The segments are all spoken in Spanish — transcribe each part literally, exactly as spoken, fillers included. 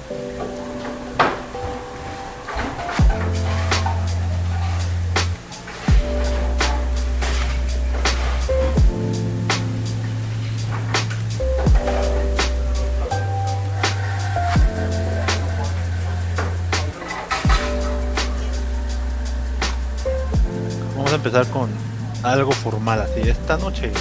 Vamos a empezar con algo formal, así, esta noche.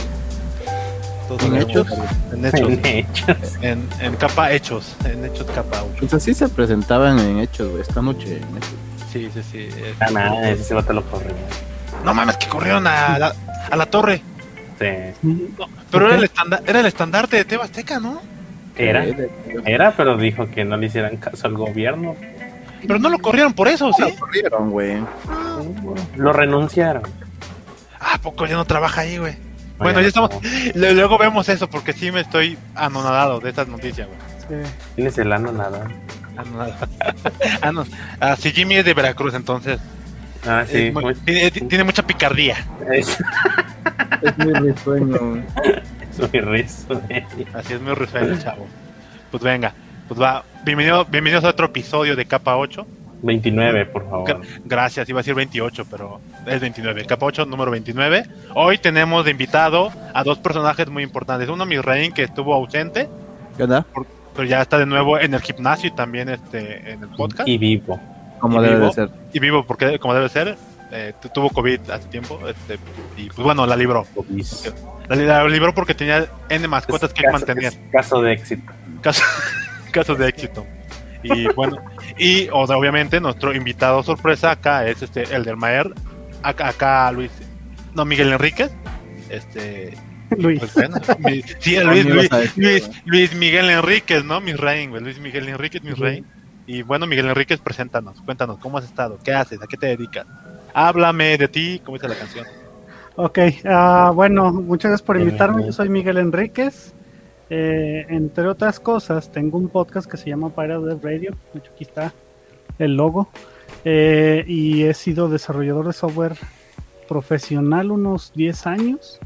¿En hechos? En hechos. En hechos. En, en capa hechos, en hechos capa ocho. Pues así se presentaban en hechos, güey, esta noche en hechos. Sí, sí, sí. eh, Ah, nada, ese se va a te lo correr. No mames, que corrieron a la, a la torre. Sí. No, pero era el, estanda- era el estandarte de Teba Azteca, ¿no? Era, Eh, de- era, pero dijo que no le hicieran caso al gobierno. Pero no lo corrieron por eso, ¿sí? Lo corrieron, güey. Lo renunciaron. Ah, ¿a poco ya no trabaja ahí, güey? Oye, Bueno, ya estamos. no. le- Luego vemos eso, porque sí me estoy anonadado de estas noticias, güey. Tienes el ano nada. Anonadado. Ah, no. Ah, sí, Jimmy es de Veracruz, entonces. Ah, sí. es muy- muy- tiene, tiene mucha picardía. Es, Es muy risueño, güey. es muy rizo. eh. Así es muy risueño, chavo. Pues venga, pues va. Bienvenido, bienvenidos a otro episodio de Capa ocho. veintinueve, por favor. Gra- Gracias, iba a decir veintiocho, pero es veintinueve. Capa ocho, número veintinueve. Hoy tenemos de invitado a dos personajes muy importantes. Uno, Misraín, que estuvo ausente, ¿Qué onda? pero ya está de nuevo en el gimnasio y también este, en el podcast. Y vivo. Como ¿Y debe vivo? de ser. Y vivo, porque como debe ser, eh, tu- tuvo COVID hace tiempo, este, y pues bueno, la libró. La, la libró porque tenía N mascotas que caso, mantener. es caso de éxito. Caso, caso de éxito. Y bueno, y o sea, obviamente nuestro invitado sorpresa acá es este Elder Maer, acá, acá Luis, no, Miguel Enríquez, este Luis. pues, bueno, mi- sí, No, Luis, ni Luis, vas a decir, Luis, güey. Luis Miguel Enríquez, ¿no? Misraín, güey, Luis Miguel Enríquez, Misraín. Y bueno, Miguel Enríquez, preséntanos, cuéntanos, ¿cómo has estado? ¿Qué haces? ¿A qué te dedicas? Háblame de ti, ¿cómo dice la canción? Ok, ah, bueno, muchas gracias por invitarme. Yo soy Miguel Enríquez. Eh, entre otras cosas, tengo un podcast que se llama Pirate Radio. De hecho, aquí está el logo. Eh, y he sido desarrollador de software profesional unos diez años.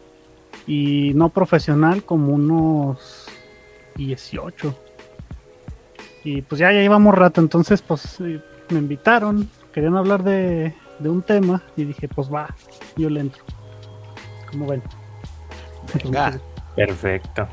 Y no profesional como unos dieciocho. Y pues ya, ya llevamos rato. Entonces, pues eh, me invitaron. Querían hablar de, de un tema. Y dije, pues va, yo le entro. ¿Cómo ven? Venga. Perfecto.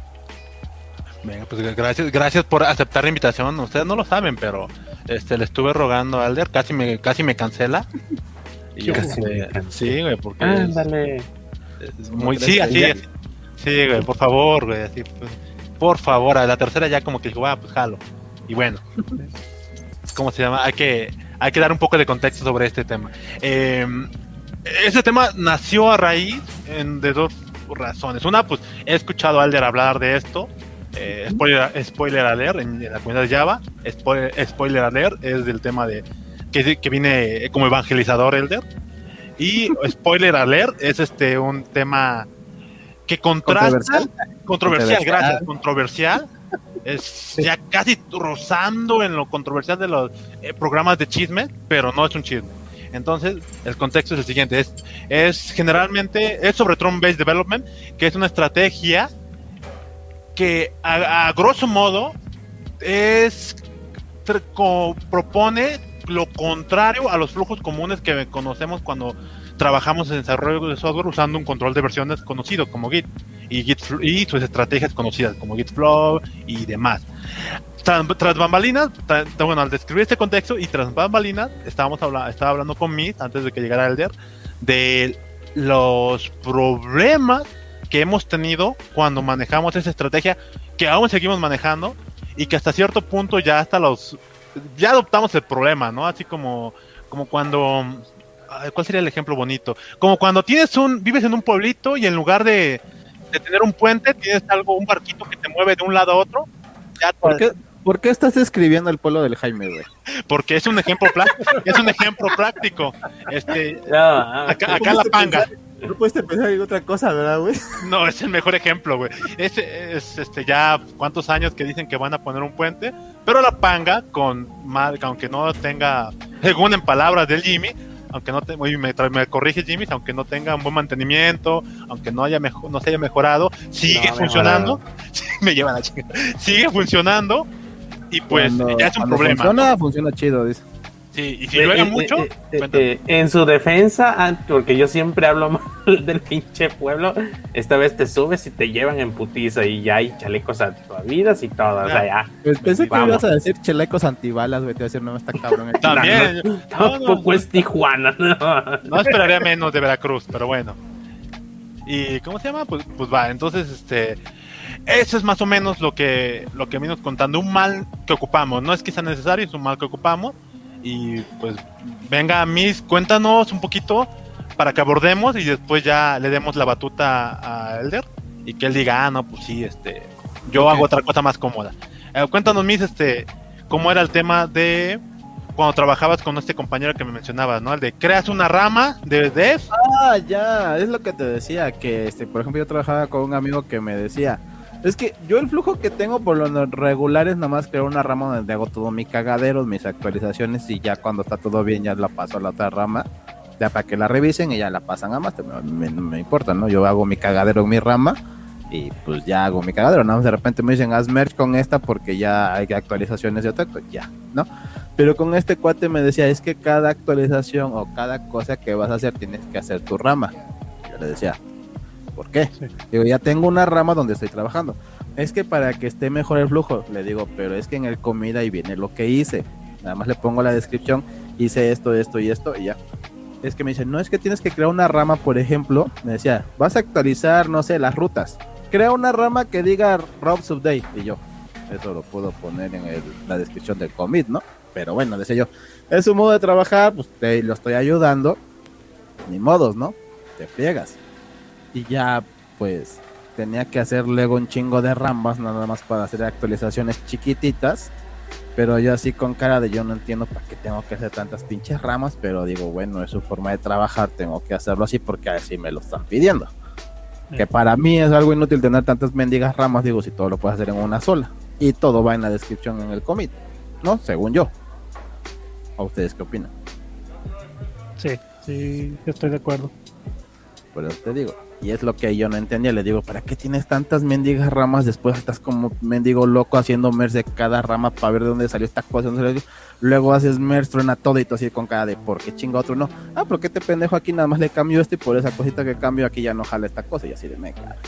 Venga, pues gracias, gracias por aceptar la invitación. Ustedes no lo saben, pero este le estuve rogando a Alder, casi me, casi me cancela. Y Casi este, me cancela. sí, güey, porque es, Ándale. es muy, sí, así, así. Sí, güey, por favor, güey, así, pues, por favor. A la tercera ya como que dijo, ah, pues jalo. Y bueno, ¿cómo se llama? Hay que, hay que dar un poco de contexto sobre este tema. Eh, este tema nació a raíz en- de dos razones. Una, pues he escuchado a Alder hablar de esto. Eh, spoiler, spoiler alert en, en la comunidad de Java. Spoiler, spoiler alert es del tema de que, que viene como evangelizador Elder. Y spoiler alert es este un tema que contrasta Controversial. controversial, Controversial. gracias, controversial. Es ya casi rozando en lo controversial de los eh, programas de chisme, pero no es un chisme. Entonces, el contexto es el siguiente: es, es generalmente es sobre Tron-based development, que es una estrategia que a, a grosso modo es tr- co- propone lo contrario a los flujos comunes que conocemos cuando trabajamos en desarrollo de software usando un control de versiones conocido como Git y Git fl- y sus estrategias conocidas como Git Flow y demás. Tras, tras bambalinas, tra- tra- bueno, al describir este contexto y tras bambalinas, estábamos habla- estaba hablando con Miss antes de que llegara Elder de los problemas que hemos tenido cuando manejamos esa estrategia, que aún seguimos manejando y que hasta cierto punto ya hasta los ya adoptamos el problema, ¿no? Así como como cuando ay, ¿cuál sería el ejemplo bonito? Como cuando tienes un vives en un pueblito y en lugar de, de tener un puente tienes algo un barquito que te mueve de un lado a otro. Ya ¿Por qué, ¿Por qué estás describiendo el pueblo del Jaime, güey? porque es un ejemplo práctico, es un ejemplo práctico. Este Ya, acá, acá la panga. No puedes pensar en otra cosa, ¿verdad, güey? No, es el mejor ejemplo, güey. Es, es este ya cuántos años que dicen que van a poner un puente, pero la panga con mal, aunque no tenga, según en palabras del Jimmy, aunque no te, uy, me, me corrige Jimmy, aunque no tenga un buen mantenimiento, aunque no haya mejo, no se haya mejorado, sigue No, funcionando. Me llevan a chingar. Sigue funcionando y pues Cuando- ya es un cuando problema. Funciona, funciona chido, dice. Sí, y si Eh, llueve eh, mucho, eh, eh, cuéntame. eh, en su defensa, ah, porque yo siempre hablo mal del pinche pueblo, esta vez te subes y te llevan en putiza y ya hay chalecos antividas y todo, o sea, ya. Pues pensé que Vamos. ibas a decir chalecos antibalas, güey. Te iba a decir, no, está cabrón. el- También. No, no, Tampoco es Tijuana, no. no esperaría menos de Veracruz, pero bueno. ¿Y cómo se llama? Pues, pues va, entonces, este... Eso es más o menos lo que, lo que venimos contando. Un mal que ocupamos. No es que sea necesario, es un mal que ocupamos. Y pues, venga, Miss, cuéntanos un poquito para que abordemos y después ya le demos la batuta a Elder. Y que él diga, ah, no, pues sí, este... Yo Ok. hago otra cosa más cómoda. Eh, cuéntanos, Miss, este... ¿Cómo era el tema de... Cuando trabajabas con este compañero que me mencionabas, ¿no? El de creas una rama de dev. Ah, ya, es lo que te decía, que este, por ejemplo, yo trabajaba con un amigo que me decía, es que yo el flujo que tengo por lo no- regular es nomás crear una rama donde hago todo mi cagadero, mis actualizaciones y ya cuando está todo bien ya la paso a la otra rama, ya para que la revisen y ya la pasan a máster, no me, no me importa, ¿no? Yo hago mi cagadero en mi rama y pues ya hago mi cagadero, ¿no? De repente me dicen haz merge con esta porque ya hay actualizaciones de otra, pues ya, ¿no? Pero con este cuate me decía, es que cada actualización o cada cosa que vas a hacer tienes que hacer tu rama. Yo le decía, ¿por qué? Sí. Digo, ya tengo una rama donde estoy trabajando. Es que para que esté mejor el flujo, le digo, pero es que en el comida ahí viene lo que hice. Nada más le pongo la descripción, hice esto, esto y esto y ya. Es que me dice, no es que tienes que crear una rama, por ejemplo, me decía, vas a actualizar, no sé, las rutas. Crea una rama que diga routes update. Y yo, eso lo puedo poner en el- la descripción del commit, ¿no? Pero bueno, decía yo, es un modo de trabajar, pues te lo estoy ayudando. Ni modos, ¿no? Te friegas. Y ya, pues, tenía que hacer luego un chingo de ramas, nada más para hacer actualizaciones chiquititas. Pero yo así con cara de yo no entiendo para qué tengo que hacer tantas pinches ramas, pero digo, bueno, es su forma de trabajar, tengo que hacerlo así porque así me lo están pidiendo. Que para mí es algo inútil tener tantas mendigas ramas, digo, si todo lo puedes hacer en una sola. Y todo va en la descripción en el commit, ¿no? Según yo. ¿A ustedes qué opinan? Sí, sí, estoy de acuerdo. Pero te digo, y es lo que yo no entendía, le digo, ¿para qué tienes tantas mendigas ramas? Después estás como mendigo loco haciendo merge de cada rama para ver de dónde salió esta cosa, dónde salió. Luego haces merge, truena todo y tú así con cara de ¿por qué chinga otro no? Ah, ¿por qué te pendejo aquí? Nada más le cambio este y por esa cosita que cambio aquí ya no jala esta cosa y así de me cago.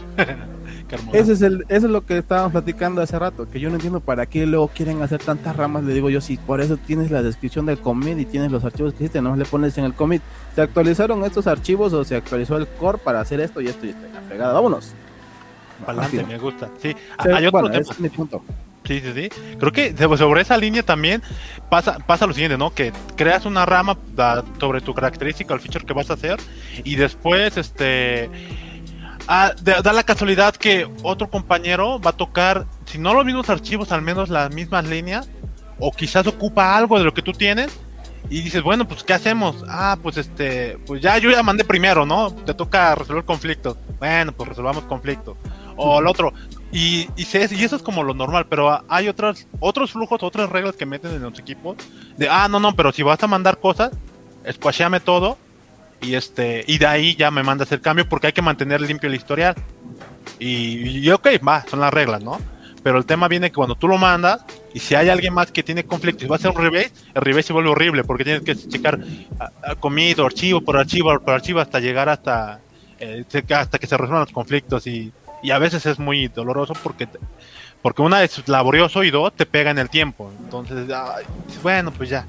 Qué hermoso. Ese es el, eso es lo que estábamos platicando hace rato, que yo no entiendo para qué luego quieren hacer tantas ramas, le digo yo, si por eso tienes la descripción del commit y tienes los archivos que hiciste, no le pones en el commit, se actualizaron estos archivos o se actualizó el core para hacer esto y esto y esto, y la fregada, vámonos. Pa'lante, Rápido. me gusta. Sí, O sea, hay otro bueno, tema. ese es mi punto. Sí, sí, sí. Creo que sobre sobre esa línea también pasa, pasa lo siguiente, ¿no? Que creas una rama da- sobre tu característica, el feature que vas a hacer, y después, este, ah, da, da la casualidad que otro compañero va a tocar, si no los mismos archivos, al menos las mismas líneas, o quizás ocupa algo de lo que tú tienes, y dices, bueno, pues, ¿qué hacemos? Ah, pues, este, pues ya yo ya mandé primero, ¿no? Te toca resolver conflictos. Bueno, pues resolvamos conflictos. O el otro. Y, y, se, y eso es como lo normal, pero hay otros otros flujos, otras reglas que meten en los equipos de, ah, no, no, pero si vas a mandar cosas, squasheame todo y este y de ahí ya me mandas el cambio porque hay que mantener limpio el historial. Y, y ok, va, son las reglas, ¿no? Pero el tema viene que cuando tú lo mandas y si hay alguien más que tiene conflicto y va a hacer un rebase, el rebase se vuelve horrible porque tienes que checar a, a commit o archivo por archivo por archivo hasta llegar hasta eh, hasta que se resuelvan los conflictos y Y a veces es muy doloroso porque te- porque una es laborioso y dos te pega en el tiempo. Entonces, ay, bueno, pues ya.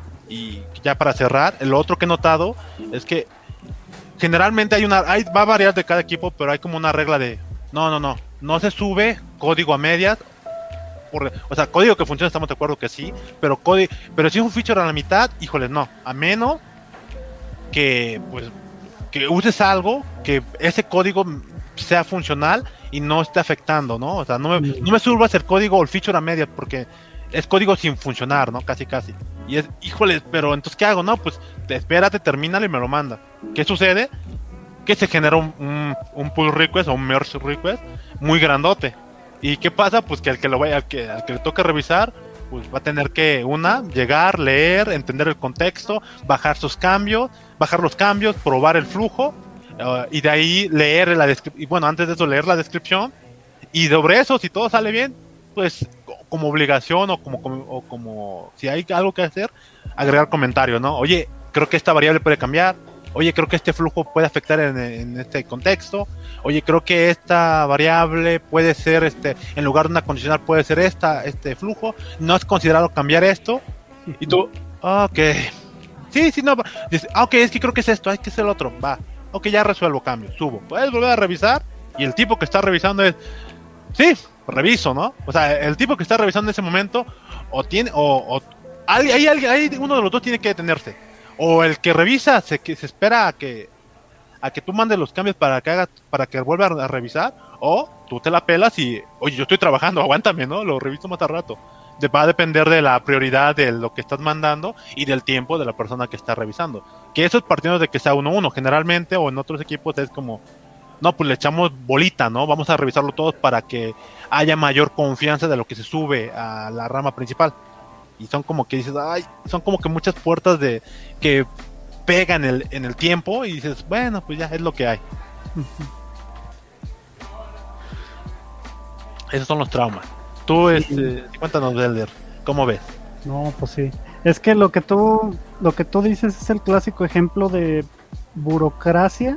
Y ya para cerrar, el otro que he notado es que generalmente hay una, hay, va a variar de cada equipo, pero hay como una regla de no, no, no, no se sube código a medias. Por, o sea, código que funciona, estamos de acuerdo que sí, pero código, pero si es un feature a la mitad, híjoles, no, a menos que pues que uses algo que ese código sea funcional y no esté afectando, ¿no? O sea, no me, no me subas el código o el feature a medias porque es código sin funcionar, ¿no? Casi, casi. Y es, híjole, pero entonces, ¿qué hago? No, pues te, espérate, termínalo y me lo manda. ¿Qué sucede? Que se genera un, un, un pull request o un merge request muy grandote. ¿Y qué pasa? Pues que al que lo vaya, al que, al que le toque revisar, pues va a tener que, una, llegar, leer, entender el contexto, bajar sus cambios, bajar los cambios, probar el flujo, uh, y de ahí leer la descripción, y bueno, antes de eso leer la descripción, y sobre eso, si todo sale bien, pues como obligación o como, como, o como si hay algo que hacer, agregar comentarios, ¿no? Oye, creo que esta variable puede cambiar. Oye, creo que este flujo puede afectar en, en este contexto. Oye, creo que esta variable puede ser, este, en lugar de una condicional puede ser esta, este flujo. No es considerado cambiar esto. Y tú, ok. Sí, sí, no. Dices, ah, ok, es que creo que es esto, hay que hacer el otro. Va. Ok, ya resuelvo, cambio, subo. Puedes volver a revisar. Y el tipo que está revisando es, sí, reviso, ¿no? O sea, el tipo que está revisando en ese momento, o tiene, o, o hay, hay, hay, hay uno de los dos tiene que detenerse. O el que revisa se, que se espera a que a que tú mandes los cambios para que haga, para que vuelva a revisar, o tú te la pelas y, oye, yo estoy trabajando, aguántame, ¿no? Lo reviso más a rato. De, va a depender de la prioridad de lo que estás mandando y del tiempo de la persona que está revisando. Que eso es partiendo de que sea uno uno. Generalmente, o en otros equipos es como, no, pues le echamos bolita, ¿no? Vamos a revisarlo todos para que haya mayor confianza de lo que se sube a la rama principal. Y son como que dices, ay, son como que muchas puertas de que pegan en el, en el tiempo y dices, bueno, pues ya es lo que hay. Uh-huh. Esos son los traumas. Tú, sí. este, cuéntanos, Elder, ¿cómo ves? No, pues sí. Es que lo que tú, lo que tú dices es el clásico ejemplo de burocracia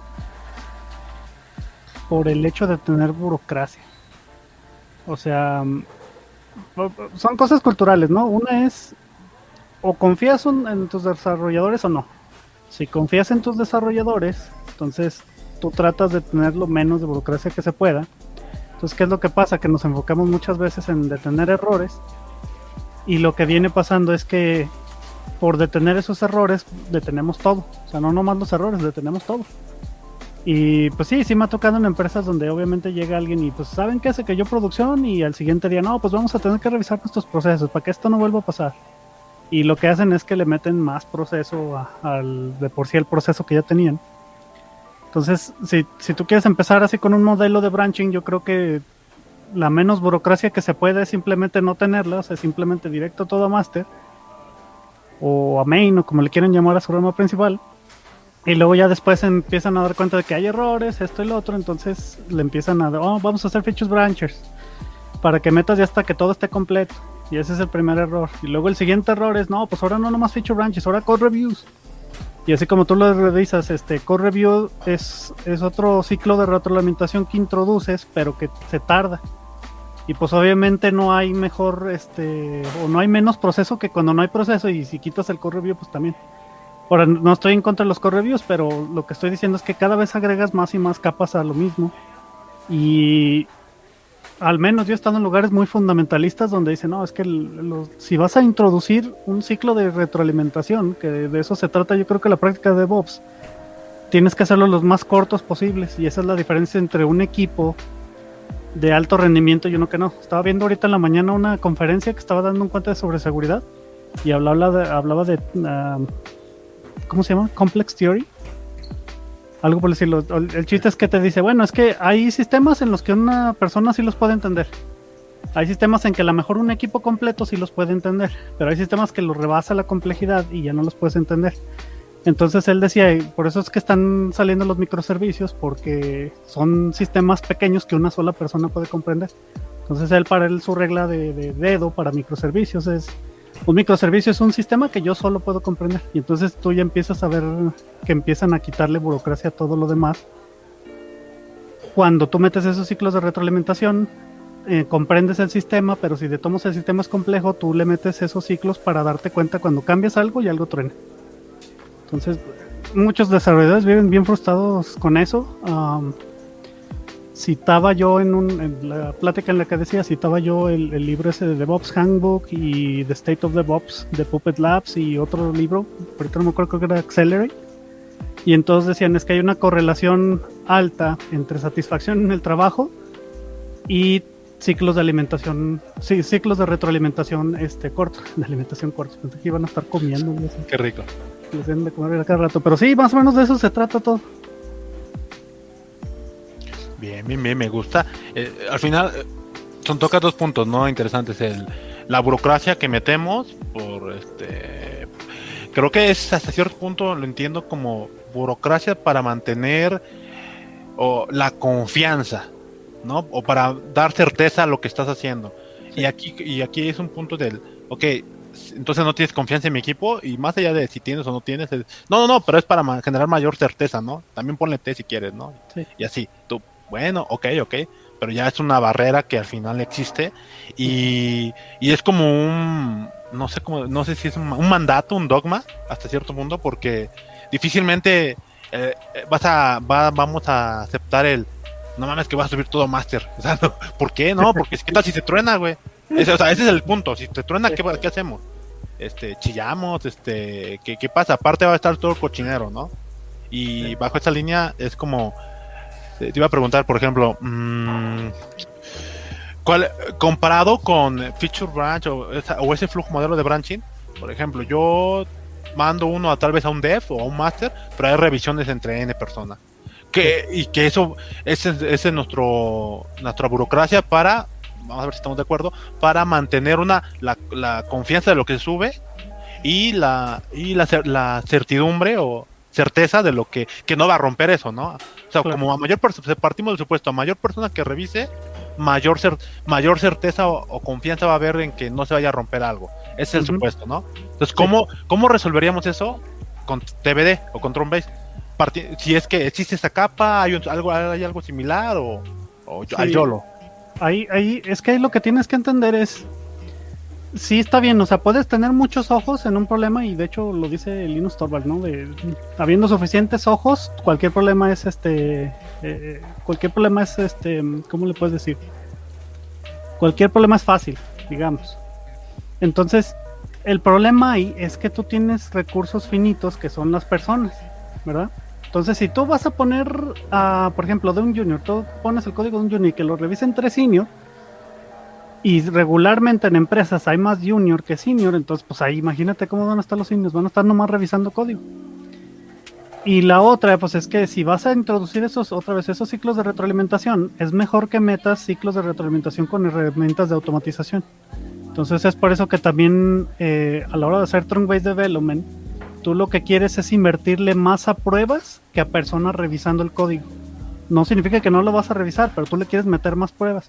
por el hecho de tener burocracia. O sea, son cosas culturales, ¿no? Una es, o confías en tus desarrolladores o no. Si confías en tus desarrolladores, entonces tú tratas de tener lo menos de burocracia que se pueda. Entonces, ¿qué es lo que pasa? Que nos enfocamos muchas veces en detener errores, y lo que viene pasando es que por detener esos errores, detenemos todo. O sea, no nomás los errores, detenemos todo. Y pues sí, sí me ha tocado en empresas donde obviamente llega alguien y pues ¿saben qué? Se cayó producción y al siguiente día, no, pues vamos a tener que revisar nuestros procesos para que esto no vuelva a pasar. Y lo que hacen es que le meten más proceso a, al de por sí el proceso que ya tenían. Entonces, si, si tú quieres empezar así con un modelo de branching, yo creo que la menos burocracia que se puede es simplemente no tenerla, o sea, simplemente directo todo a master, o a main, o como le quieren llamar a su rama principal. Y luego ya después empiezan a dar cuenta de que hay errores, esto y lo otro, entonces le empiezan a, oh, vamos a hacer features branchers, para que metas ya hasta que todo esté completo. Y ese es el primer error. Y luego el siguiente error es, no, pues ahora no nomás feature branches, ahora code reviews. Y así como tú lo revisas, este code review es, es otro ciclo de retroalimentación que introduces, pero que se tarda. Y pues obviamente no hay mejor, este, o no hay menos proceso que cuando no hay proceso, y si quitas el code review, pues también. Ahora, no estoy en contra de los code reviews, pero lo que estoy diciendo es que cada vez agregas más y más capas a lo mismo. Y al menos yo he estado en lugares muy fundamentalistas donde dicen, no, es que el, lo, si vas a introducir un ciclo de retroalimentación, que de eso se trata yo creo que la práctica de DevOps, tienes que hacerlo los más cortos posibles, y esa es la diferencia entre un equipo de alto rendimiento y uno que no. Estaba viendo ahorita en la mañana una conferencia que estaba dando un cuenta sobre seguridad, y hablaba de, hablaba de uh, ¿cómo se llama? Complex Theory. Algo por decirlo. El chiste es que te dice, bueno, es que hay sistemas en los que una persona sí los puede entender. Hay sistemas en que a lo mejor un equipo completo sí los puede entender, pero hay sistemas que los rebasa la complejidad y ya no los puedes entender. Entonces él decía, por eso es que están saliendo los microservicios, porque son sistemas pequeños que una sola persona puede comprender. Entonces él, para él, su regla de, de dedo para microservicios es, un microservicio es un sistema que yo solo puedo comprender. Y entonces tú ya empiezas a ver que empiezan a quitarle burocracia a todo lo demás. Cuando tú metes esos ciclos de retroalimentación, eh, comprendes el sistema, pero si de todos el sistema es complejo, tú le metes esos ciclos para darte cuenta cuando cambias algo y algo truena. Entonces, muchos desarrolladores viven bien frustrados con eso. Um, citaba yo en, un, en la plática en la que decía, citaba yo el, el libro ese de DevOps Handbook y The State of DevOps de Puppet Labs y otro libro, ahorita no me acuerdo, creo que era Accelerate, y entonces decían es que hay una correlación alta entre satisfacción en el trabajo y ciclos de alimentación, sí, ciclos de retroalimentación este corto, de alimentación corta. Pensé que iban a estar comiendo. No sé. Qué rico. Les den de comer a cada rato, pero sí, más o menos de eso se trata todo. Bien, bien, bien, me gusta. Eh, al final, eh, son tocas dos puntos, ¿no? Interesantes. El, la burocracia que metemos por este. Creo que es hasta cierto punto, lo entiendo como burocracia para mantener o, la confianza, ¿no? O para dar certeza a lo que estás haciendo. Y aquí, y aquí es un punto del, ok, entonces no tienes confianza en mi equipo, y más allá de si tienes o no tienes, es, no, no, no, pero es para ma- generar mayor certeza, ¿no? También ponle T si quieres, ¿no? Sí. Y así, tú, bueno, ok, ok, pero ya es una barrera que al final existe, y, y es como un, no sé cómo, no sé si es un, un mandato, un dogma, hasta cierto punto, porque difícilmente eh, vas a, va, vamos a aceptar el, no mames que vas a subir todo máster, o sea, no, ¿por qué? No, porque ¿qué tal si se truena, güey? Ese, o sea, ese es el punto, si te truena, ¿qué, qué hacemos? Este, chillamos, este, ¿qué, qué pasa? Aparte va a estar todo el cochinero, ¿no? Y sí. Bajo esa línea es como, te iba a preguntar, por ejemplo, mmm, ¿cuál, comparado con Feature Branch o, esa, o ese flujo modelo de branching, por ejemplo, yo mando uno a tal vez a un dev o a un master, pero hay revisiones entre N personas. Que, y que eso, ese, ese es nuestro, nuestra burocracia para, vamos a ver si estamos de acuerdo, para mantener una la, la confianza de lo que se sube y la y la, la certidumbre o certeza de lo que, que no va a romper eso, ¿no? O sea, claro. Como a mayor partimos del supuesto, a mayor persona que revise, mayor cer, mayor certeza o, o confianza va a haber en que no se vaya a romper algo. Ese es el uh-huh. supuesto, ¿no? Entonces, ¿cómo, sí. ¿cómo resolveríamos eso con T B D o con Tron-Base? Parti- si es que existe esa capa, hay un, algo, hay algo similar o, o sí. al YOLO. Ahí, ahí, es que ahí lo que tienes que entender es, sí está bien, o sea, puedes tener muchos ojos en un problema y de hecho lo dice Linus Torvald, ¿no? De, habiendo suficientes ojos, cualquier problema es este, eh, cualquier problema es este, ¿cómo le puedes decir? Cualquier problema es fácil, digamos. Entonces, el problema ahí es que tú tienes recursos finitos que son las personas, ¿verdad? Entonces, si tú vas a poner, uh, por ejemplo, de un junior, tú pones el código de un junior y que lo revisen tres senior, y regularmente en empresas hay más junior que senior, entonces pues ahí imagínate cómo van a estar los seniors, van a estar nomás revisando código. Y la otra, pues es que si vas a introducir esos, otra vez, esos ciclos de retroalimentación, es mejor que metas ciclos de retroalimentación con herramientas de automatización. Entonces es por eso que también eh, a la hora de hacer trunk-based development, tú lo que quieres es invertirle más a pruebas que a personas revisando el código. No significa que no lo vas a revisar, pero tú le quieres meter más pruebas.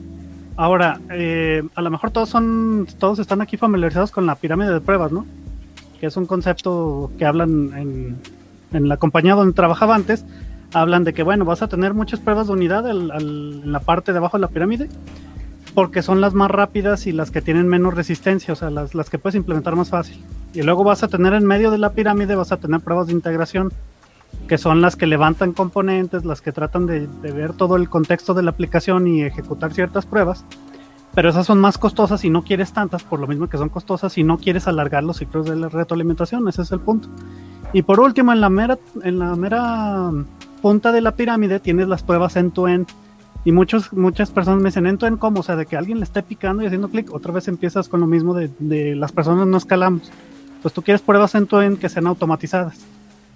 Ahora, eh, a lo mejor todos son, todos están aquí familiarizados con la pirámide de pruebas, ¿no? Que es un concepto que hablan en, en la compañía donde trabajaba antes. Hablan de que, bueno, vas a tener muchas pruebas de unidad al, al, en la parte de abajo de la pirámide, porque son las más rápidas y las que tienen menos resistencia, o sea, las, las que puedes implementar más fácil. Y luego vas a tener en medio de la pirámide, vas a tener pruebas de integración, que son las que levantan componentes, las que tratan de, de ver todo el contexto de la aplicación y ejecutar ciertas pruebas, pero esas son más costosas y no quieres tantas, por lo mismo que son costosas y no quieres alargar los ciclos de la retroalimentación, ese es el punto. Y por último, en la mera, en la mera punta de la pirámide tienes las pruebas end-to-end, y muchos, muchas personas me dicen end-to-end ¿cómo? O sea, de que alguien le esté picando y haciendo clic, otra vez empiezas con lo mismo de, de las personas no escalamos. Pues tú quieres pruebas end-to-end que sean automatizadas.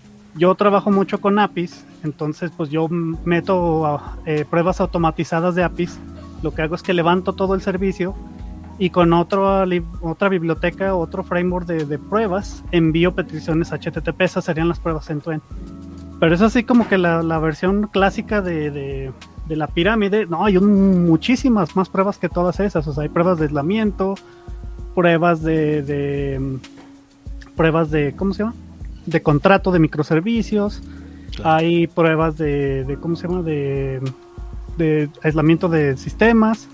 Yo trabajo mucho con A P Is, entonces pues yo meto eh, pruebas automatizadas de A P Is. Lo que hago es que levanto todo el servicio y con otro, otra biblioteca, otro framework de, de pruebas, envío peticiones H T T P. Esas serían las pruebas end-to-end. Pero es así como que la, la versión clásica de, de, de la pirámide. No, hay un, muchísimas más pruebas que todas esas. O sea, hay pruebas de aislamiento, pruebas de... de pruebas de, ¿cómo se llama? De contrato de microservicios, claro. Hay pruebas de, de ¿cómo se llama? De, de aislamiento de sistemas,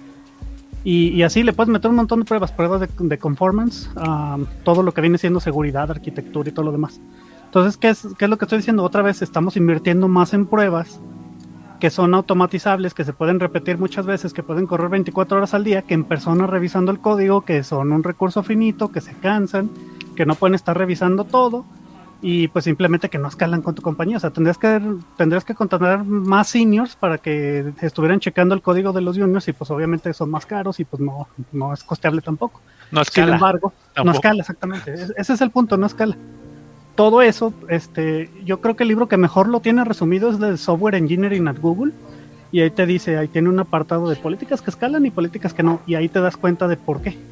y, y así le puedes meter un montón de pruebas, pruebas de, de conformance, um, todo lo que viene siendo seguridad, arquitectura y todo lo demás. Entonces, ¿qué es, qué es lo que estoy diciendo? Otra vez estamos invirtiendo más en pruebas que son automatizables, que se pueden repetir muchas veces, que pueden correr veinticuatro horas al día, que en personas revisando el código, que son un recurso finito, que se cansan, que no pueden estar revisando todo, y pues simplemente que no escalan con tu compañía. O sea, tendrías que tendrías que contratar más seniors para que estuvieran checando el código de los juniors, y pues obviamente son más caros y pues no, no es costeable tampoco. No escala. Sin embargo, tampoco. No escala, exactamente. Ese es el punto, no escala. Todo eso, este, yo creo que el libro que mejor lo tiene resumido es de Software Engineering at Google, y ahí te dice, ahí tiene un apartado de políticas que escalan y políticas que no, y ahí te das cuenta de por qué.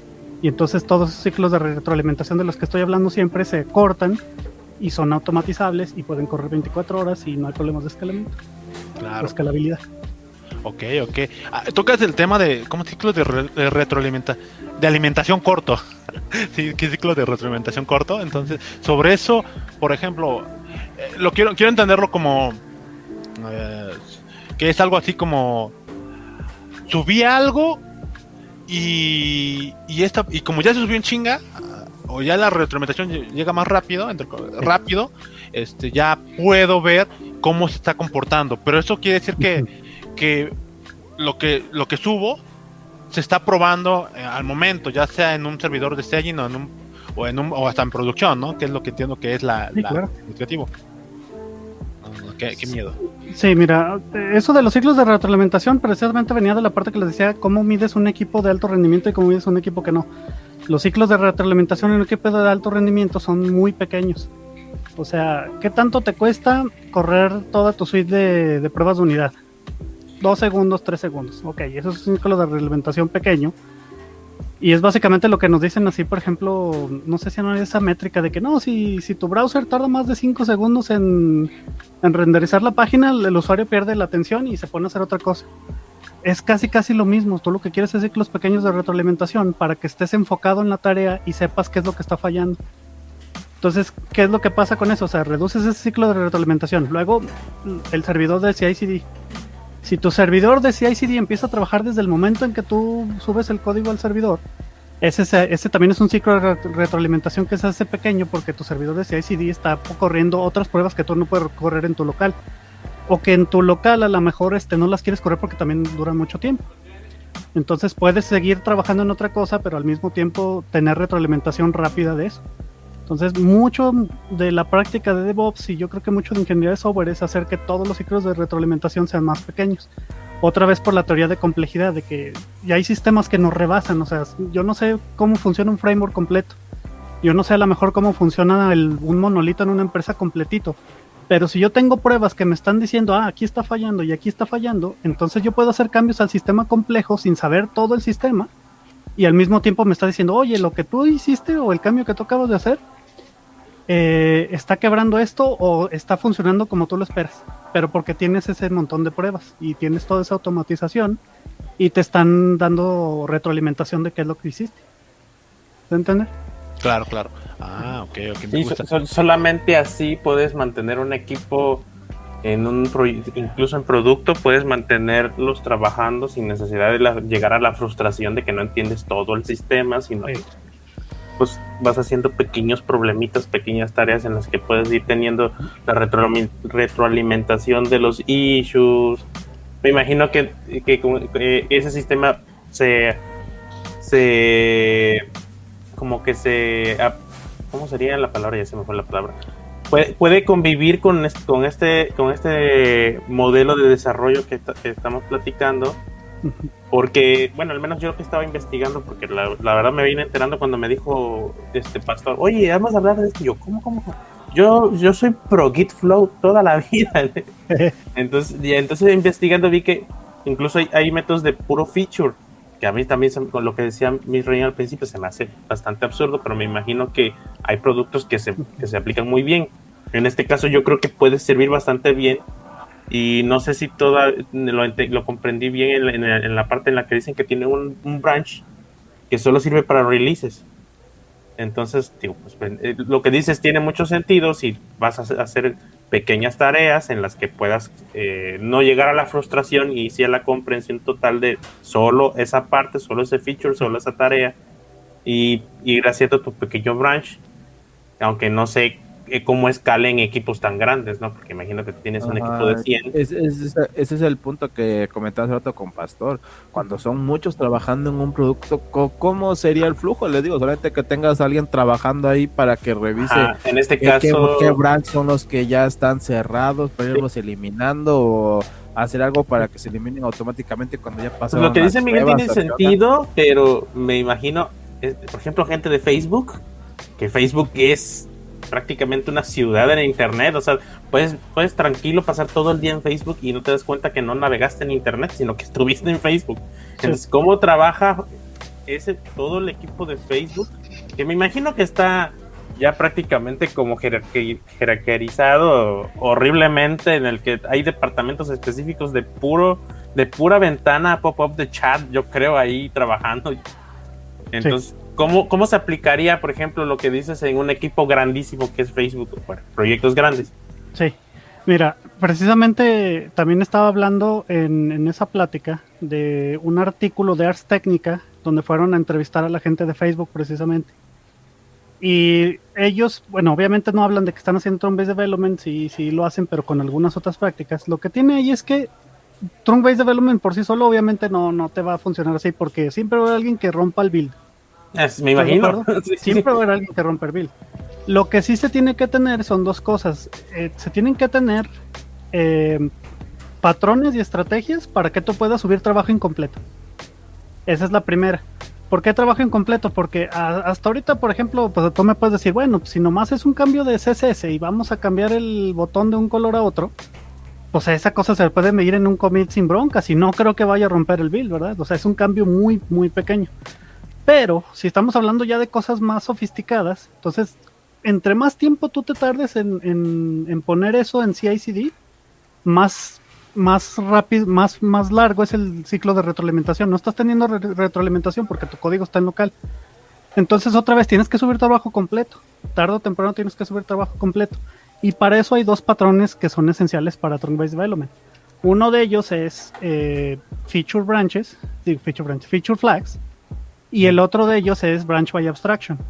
Y entonces todos esos ciclos de retroalimentación de los que estoy hablando siempre se cortan y son automatizables y pueden correr veinticuatro horas y no hay problemas de escalamiento. Claro. O escalabilidad. Ok, ok. Ah, tocas el tema de, ¿cómo ciclos de, re, de retroalimentación? De alimentación corto. Sí, ¿qué ciclo de retroalimentación corto? Entonces, sobre eso, por ejemplo, eh, lo quiero quiero entenderlo como eh, que es algo así como subí algo y y esta y como ya se subió en chinga o ya la retroalimentación llega más rápido, entre, rápido, este ya puedo ver cómo se está comportando, pero eso quiere decir que que lo que lo que subo se está probando eh, al momento, ya sea en un servidor de staging o en un o en un o hasta en producción, ¿no? Que es lo que entiendo que es la, sí, la claro. el creativo. Oh, qué, qué miedo. Sí, mira, eso de los ciclos de retroalimentación precisamente venía de la parte que les decía cómo mides un equipo de alto rendimiento y cómo mides un equipo que no. Los ciclos de retroalimentación en un equipo de alto rendimiento son muy pequeños. O sea, ¿qué tanto te cuesta correr toda tu suite de, de pruebas de unidad? Dos segundos, tres segundos. Ok, eso es un ciclo de retroalimentación pequeño. Y es básicamente lo que nos dicen así, por ejemplo, no sé si no hay esa métrica de que no, si, si tu browser tarda más de cinco segundos en, en renderizar la página, el usuario pierde la atención y se pone a hacer otra cosa. Es casi casi lo mismo, tú lo que quieres es ciclos pequeños de retroalimentación para que estés enfocado en la tarea y sepas qué es lo que está fallando. Entonces, ¿qué es lo que pasa con eso? O sea, reduces ese ciclo de retroalimentación. Luego, el servidor de C I C D. Si tu servidor de C I C D empieza a trabajar desde el momento en que tú subes el código al servidor, ese, ese también es un ciclo de retroalimentación que se hace pequeño porque tu servidor de C I C D está corriendo otras pruebas que tú no puedes correr en tu local. O que en tu local a lo mejor este, no las quieres correr porque también duran mucho tiempo. Entonces puedes seguir trabajando en otra cosa, pero al mismo tiempo tener retroalimentación rápida de eso. Entonces, mucho de la práctica de DevOps y yo creo que mucho de ingeniería de software es hacer que todos los ciclos de retroalimentación sean más pequeños. Otra vez por la teoría de complejidad, de que ya hay sistemas que nos rebasan. O sea, yo no sé cómo funciona un framework completo. Yo no sé a lo mejor cómo funciona el, un monolito en una empresa completito. Pero si yo tengo pruebas que me están diciendo, ah, aquí está fallando y aquí está fallando, entonces yo puedo hacer cambios al sistema complejo sin saber todo el sistema. Y al mismo tiempo me está diciendo, oye, lo que tú hiciste o el cambio que tú acabas de hacer, Eh, está quebrando esto o está funcionando como tú lo esperas, pero porque tienes ese montón de pruebas y tienes toda esa automatización y te están dando retroalimentación de qué es lo que hiciste. ¿Se entiende? Claro, claro. Ah, ok, ok. Me sí, gusta. so, solamente así puedes mantener un equipo en un pro, incluso en producto, puedes mantenerlos trabajando sin necesidad de la, llegar a la frustración de que no entiendes todo el sistema, sino sí. que pues vas haciendo pequeños problemitas, pequeñas tareas en las que puedes ir teniendo la retro, retroalimentación de los issues. Me imagino que, que, que ese sistema se, se como que se, ¿cómo sería la palabra? Ya se me fue la palabra. Puede, puede convivir con este, con este, con este modelo de desarrollo que, que estamos platicando. Porque, bueno, al menos yo que estaba investigando, porque la, la verdad me vine enterando cuando me dijo este pastor, oye, vamos a hablar de esto. Y yo, ¿cómo, cómo? Yo, yo soy pro Git Flow toda la vida. Entonces, y entonces investigando vi que incluso hay, hay métodos de puro feature, que a mí también, con lo que decía Miss Reina al principio, se me hace bastante absurdo, pero me imagino que hay productos que se, que se aplican muy bien. En este caso yo creo que puede servir bastante bien. Y no sé si toda lo, lo comprendí bien en, en, en la parte en la que dicen que tiene un, un branch que solo sirve para releases. Entonces, tío, pues, lo que dices tiene mucho sentido si vas a hacer pequeñas tareas en las que puedas eh, no llegar a la frustración y sí a la comprensión total de solo esa parte, solo ese feature, solo esa tarea y ir haciendo tu pequeño branch, aunque no sé cómo escala en equipos tan grandes, ¿no? Porque imagínate que tienes un Ajá, equipo de cien. Es, es, ese es el punto que comentaba hace rato con Pastor. Cuando son muchos trabajando en un producto, ¿cómo sería el flujo? Les digo, solamente que tengas a alguien trabajando ahí para que revise Ajá, en este qué, caso... qué, qué branch son los que ya están cerrados, para irlos sí. eliminando o hacer algo para que se eliminen automáticamente cuando ya pasan. Lo que dice Miguel tiene sentido, pero me imagino, por ejemplo, gente de Facebook, que Facebook es prácticamente una ciudad en internet, o sea, puedes, puedes tranquilo pasar todo el día en Facebook y no te das cuenta que no navegaste en internet, sino que estuviste en Facebook. Entonces, sí. ¿cómo trabaja ese todo el equipo de Facebook? Que me imagino que está ya prácticamente como jerarqui, jerarquizado horriblemente, en el que hay departamentos específicos de puro de pura ventana pop-up de chat, yo creo, ahí trabajando. Entonces, sí. ¿cómo, ¿cómo se aplicaría, por ejemplo, lo que dices en un equipo grandísimo que es Facebook, para proyectos grandes? Sí, mira, precisamente también estaba hablando en, en esa plática de un artículo de Ars Technica donde fueron a entrevistar a la gente de Facebook precisamente. Y ellos, bueno, obviamente no hablan de que están haciendo Trunk-Based Development, sí, sí lo hacen, pero con algunas otras prácticas. Lo que tiene ahí es que Trunk-Based Development por sí solo obviamente no, no te va a funcionar así, porque siempre va a haber alguien que rompa el build. Es, me imagino. Sí, siempre sí. va a haber alguien que rompa el build. Lo que sí se tiene que tener son dos cosas. Eh, se tienen que tener eh, patrones y estrategias para que tú puedas subir trabajo incompleto. Esa es la primera. ¿Por qué trabajo incompleto? Porque a, hasta ahorita, por ejemplo, pues tú me puedes decir, bueno, pues si nomás es un cambio de C S S y vamos a cambiar el botón de un color a otro, pues esa cosa se puede medir en un commit sin broncas y no creo que vaya a romper el build, ¿verdad? O sea, es un cambio muy, muy pequeño. Pero si estamos hablando ya de cosas más sofisticadas, entonces, entre más tiempo tú te tardes en, en, en poner eso en C I C D, más... más rápido, más, más largo es el ciclo de retroalimentación. No estás teniendo re retroalimentación porque tu código está en local. Entonces otra vez tienes que subir trabajo completo. Tarde o temprano tienes que subir trabajo completo. Y para eso hay dos patrones que son esenciales para Trunk-Based Development. Uno de ellos es eh, Feature Branches, sí, Feature Branches, Feature Flags. Y el otro de ellos es Branch by Abstraction.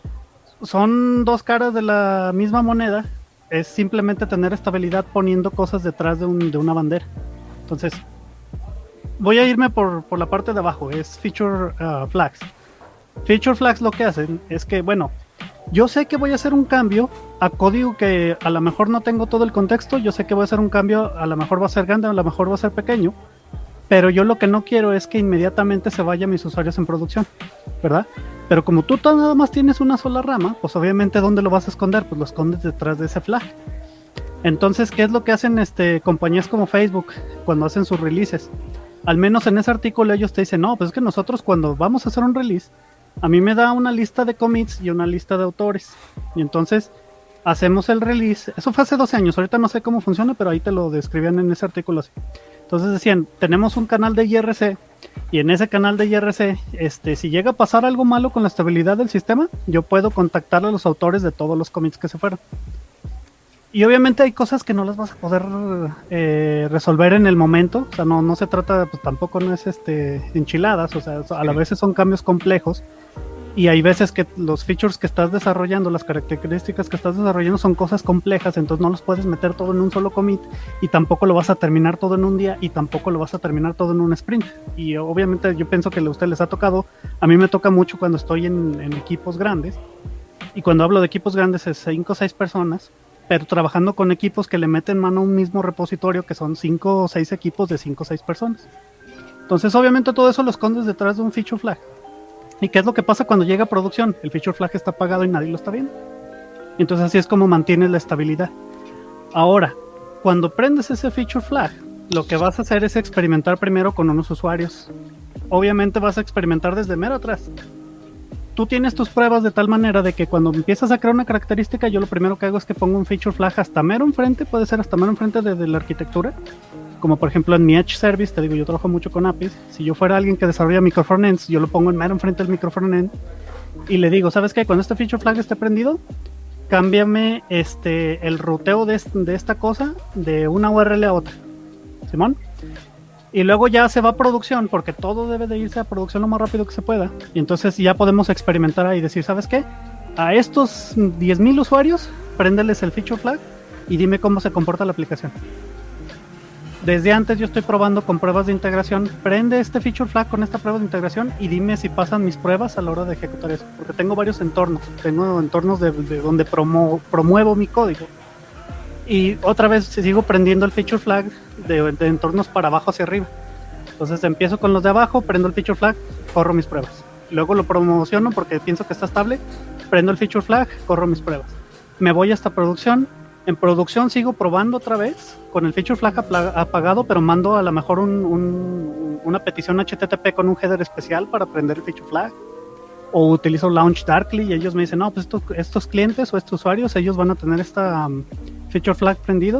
Son dos caras de la misma moneda. Es simplemente tener estabilidad poniendo cosas detrás de, un, de una bandera. Entonces, voy a irme por, por la parte de abajo, es Feature uh, Flags. Feature Flags lo que hacen es que, bueno, yo sé que voy a hacer un cambio a código que a lo mejor no tengo todo el contexto, yo sé que voy a hacer un cambio, a lo mejor va a ser grande, a lo mejor va a ser pequeño, pero yo lo que no quiero es que inmediatamente se vayan mis usuarios en producción, ¿verdad? Pero como tú nada más tienes una sola rama, pues obviamente ¿dónde lo vas a esconder? Pues lo escondes detrás de ese flag. Entonces, ¿qué es lo que hacen este, compañías como Facebook cuando hacen sus releases? Al menos en ese artículo ellos te dicen, no, pues es que nosotros cuando vamos a hacer un release, a mí me da una lista de commits y una lista de autores. Y entonces hacemos el release. Eso fue hace doce años, ahorita no sé cómo funciona, pero ahí te lo describían en ese artículo así. Entonces decían, tenemos un canal de I R C y en ese canal de I R C, este, si llega a pasar algo malo con la estabilidad del sistema, yo puedo contactar a los autores de todos los commits que se fueron. Y obviamente hay cosas que no las vas a poder eh, resolver en el momento, o sea, no, no se trata, pues tampoco no es este, enchiladas, o sea, a la vez son cambios complejos. Y hay veces que los features que estás desarrollando, las características que estás desarrollando son cosas complejas, entonces no los puedes meter todo en un solo commit y tampoco lo vas a terminar todo en un día y tampoco lo vas a terminar todo en un sprint. Y obviamente yo pienso que a ustedes les ha tocado, a mí me toca mucho cuando estoy en, en equipos grandes, y cuando hablo de equipos grandes es cinco o seis personas, pero trabajando con equipos que le meten mano a un mismo repositorio que son cinco o seis equipos de cinco o seis personas. Entonces obviamente todo eso lo escondes detrás de un feature flag. ¿Y qué es lo que pasa cuando llega a producción? El feature flag está apagado y nadie lo está viendo. Entonces así es como mantienes la estabilidad. Ahora, cuando prendes ese feature flag, lo que vas a hacer es experimentar primero con unos usuarios. Obviamente vas a experimentar desde mero atrás. Tú tienes tus pruebas de tal manera de que cuando empiezas a crear una característica, yo lo primero que hago es que pongo un feature flag hasta mero enfrente, puede ser hasta mero enfrente de, de la arquitectura. Como por ejemplo en mi Edge Service, te digo, yo trabajo mucho con A P Is. Si yo fuera alguien que desarrolla microfrontends, yo lo pongo en mero enfrente del microfrontend y le digo, ¿sabes qué? Cuando este feature flag esté prendido, cámbiame este, el ruteo de, de esta cosa de una U R L a otra. ¿Simón? Y luego ya se va a producción, porque todo debe de irse a producción lo más rápido que se pueda. Y entonces ya podemos experimentar ahí y decir, ¿sabes qué? A estos diez mil usuarios, préndeles el feature flag y dime cómo se comporta la aplicación. Desde antes yo estoy probando con pruebas de integración. Prende este feature flag con esta prueba de integración y dime si pasan mis pruebas a la hora de ejecutar eso. Porque tengo varios entornos. Tengo entornos de, de donde promo, promuevo mi código. Y otra vez sigo prendiendo el feature flag de, de entornos para abajo hacia arriba. Entonces empiezo con los de abajo, prendo el feature flag, corro mis pruebas. Luego lo promociono porque pienso que está estable. Prendo el feature flag, corro mis pruebas. Me voy hasta producción. En producción sigo probando otra vez con el feature flag apagado, pero mando a lo mejor un, un, una petición H T T P con un header especial para prender el feature flag. O utilizo Launch Darkly y ellos me dicen, no, pues estos, estos clientes o estos usuarios, ellos van a tener esta um, feature flag prendido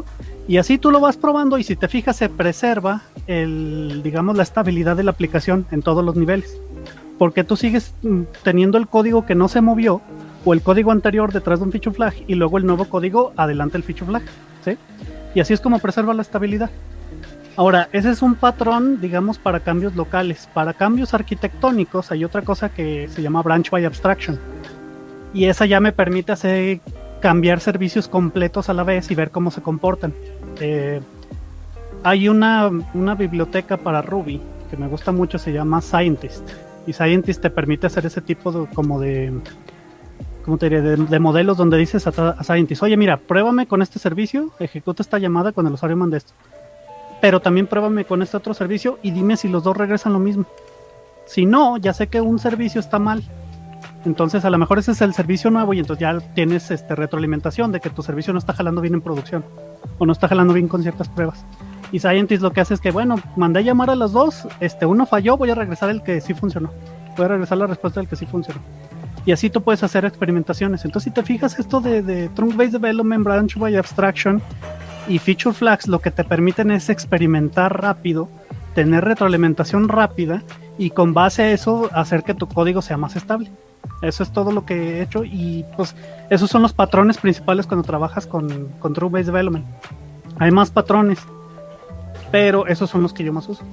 Y así tú lo vas probando y si te fijas se preserva el, digamos, la estabilidad de la aplicación en todos los niveles. Porque tú sigues teniendo el código que no se movió o el código anterior detrás de un feature flag y luego el nuevo código adelante el feature flag, ¿sí? Y así es como preserva la estabilidad. Ahora, ese es un patrón, digamos, para cambios locales. Para cambios arquitectónicos hay otra cosa que se llama branch by abstraction. Y esa ya me permite hacer cambiar servicios completos a la vez y ver cómo se comportan. Eh, hay una, una biblioteca para Ruby que me gusta mucho, se llama Scientist. Y Scientist te permite hacer ese tipo de, como de, ¿cómo te diré? De, de modelos donde dices a, a Scientist, oye, mira, pruébame con este servicio, ejecuta esta llamada cuando el usuario mande esto. Pero también pruébame con este otro servicio y dime si los dos regresan lo mismo. Si no, ya sé que un servicio está mal. Entonces a lo mejor ese es el servicio nuevo y entonces ya tienes este, retroalimentación de que tu servicio no está jalando bien en producción o no está jalando bien con ciertas pruebas. Y Scientist lo que hace es que, bueno, mandé a llamar a los dos, este, uno falló, voy a regresar el que sí funcionó. Voy a regresar la respuesta del que sí funcionó. Y así tú puedes hacer experimentaciones. Entonces si te fijas, esto de, de Trunk Based Development, Branch by Abstraction y Feature Flags lo que te permiten es experimentar rápido, tener retroalimentación rápida y con base a eso hacer que tu código sea más estable. Eso es todo lo que he hecho y pues esos son los patrones principales cuando trabajas con, con Trunk Based Development. Hay más patrones, pero esos son los que yo más uso.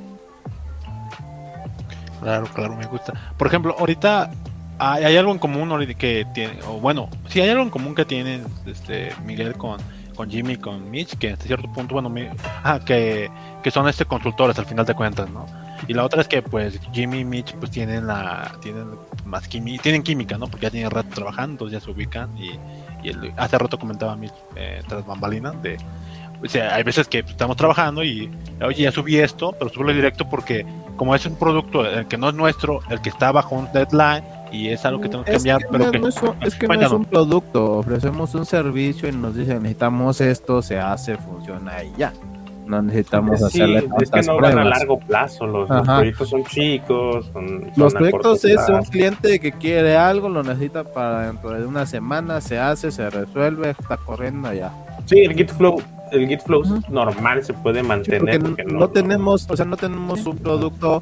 Claro, claro, me gusta. Por ejemplo, ahorita hay, hay algo en común que tiene, o bueno, sí hay algo en común que tienen este, Miguel con, con Jimmy, con Mitch, que hasta cierto punto, bueno, me, ah, que, que son este consultores al final de cuentas, ¿no? Y la otra es que pues Jimmy y Mitch pues tienen la tienen más química, tienen química, ¿no? Porque ya tienen rato trabajando, entonces ya se ubican y, y el, hace rato comentaba Mitch eh, tras bambalinas de, o sea, hay veces que estamos trabajando y oye, ya subí esto, pero subirlo directo porque como es un producto el que no es nuestro, el que está bajo un deadline y es algo que tenemos que cambiar, que pero no, que no es, un, es que no es un producto, ofrecemos un servicio y nos dicen necesitamos esto, se hace, funciona y ya. No necesitamos sí, hacerle tantas es que no pruebas. van a largo plazo, los, los proyectos son chicos, son, son los proyectos es un cliente que quiere algo, lo necesita para dentro de una semana, se hace, se resuelve, está corriendo ya. Sí, el Git Flow, el Git Flow uh-huh. normal se puede mantener. Sí, porque porque no, no tenemos, o sea, no tenemos un producto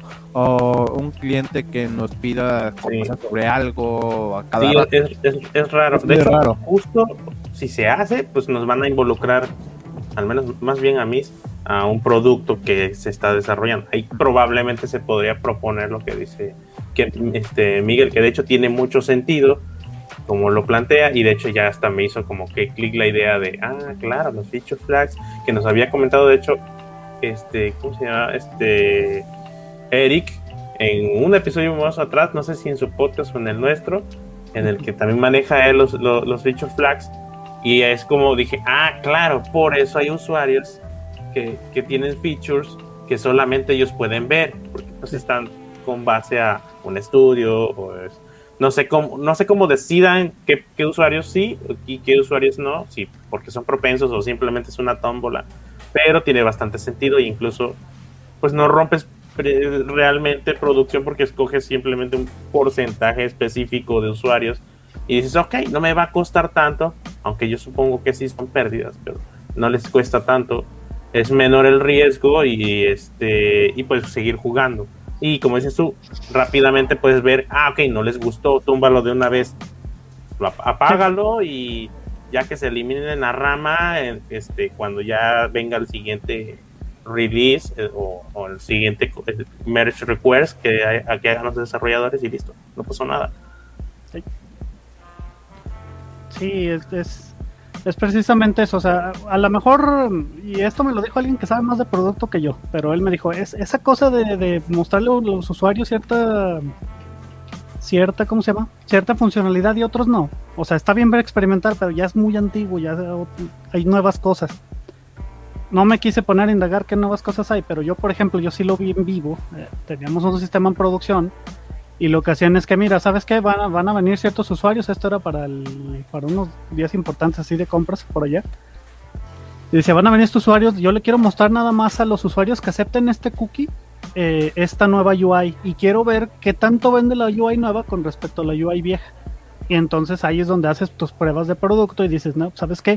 o un cliente que nos pida sí. sobre algo a cada sí, rato. Es, es, es raro. Es de hecho, raro. Justo si se hace, pues nos van a involucrar, al menos más bien a mí, a un producto que se está desarrollando. Ahí probablemente se podría proponer lo que dice que, este, Miguel, que de hecho tiene mucho sentido como lo plantea, y de hecho ya hasta me hizo como que clic la idea de, ah, claro, los feature flags, que nos había comentado de hecho, este, ¿cómo se llama? Este, Eric, en un episodio más atrás, no sé si en su podcast o en el nuestro, en el que también maneja él los, los, los feature flags, y es como dije, ah, claro, por eso hay usuarios que, que tienen features que solamente ellos pueden ver, porque pues están con base a un estudio, o es, no sé cómo, no sé cómo decidan qué, qué usuarios sí y qué usuarios no, sí, porque son propensos o simplemente es una tómbola, pero tiene bastante sentido e incluso pues no rompes pre- realmente producción porque escoges simplemente un porcentaje específico de usuarios y dices, ok, no me va a costar tanto, aunque yo supongo que sí son pérdidas, pero no les cuesta tanto, es menor el riesgo y este y pues seguir jugando. Y como dices tú, rápidamente puedes ver, ah, ok, no les gustó, túmbalo de una vez, apágalo y ya que se eliminen en la rama, este, cuando ya venga el siguiente release eh, o, o el siguiente el merge request que, hay, que hagan los desarrolladores y listo, no pasó nada. Sí, sí es, es, es precisamente eso, o sea, a lo mejor, y esto me lo dijo alguien que sabe más de producto que yo, pero él me dijo, es esa cosa de, de mostrarle a los usuarios cierta, cierta, ¿cómo se llama? Cierta funcionalidad y otros no. O sea, está bien ver experimentar, pero ya es muy antiguo, ya hay nuevas cosas. No me quise poner a indagar qué nuevas cosas hay, pero yo, por ejemplo, yo sí lo vi en vivo, eh, teníamos un sistema en producción, y lo que hacían es que, mira, ¿sabes qué? Van a, van a venir ciertos usuarios, esto era para el, para unos días importantes así de compras por allá. Y decía, van a venir estos usuarios, yo le quiero mostrar nada más a los usuarios que acepten este cookie, eh, esta nueva U I, y quiero ver qué tanto vende la U I nueva con respecto a la U I vieja. Y entonces ahí es donde haces tus pruebas de producto y dices, no, ¿sabes qué?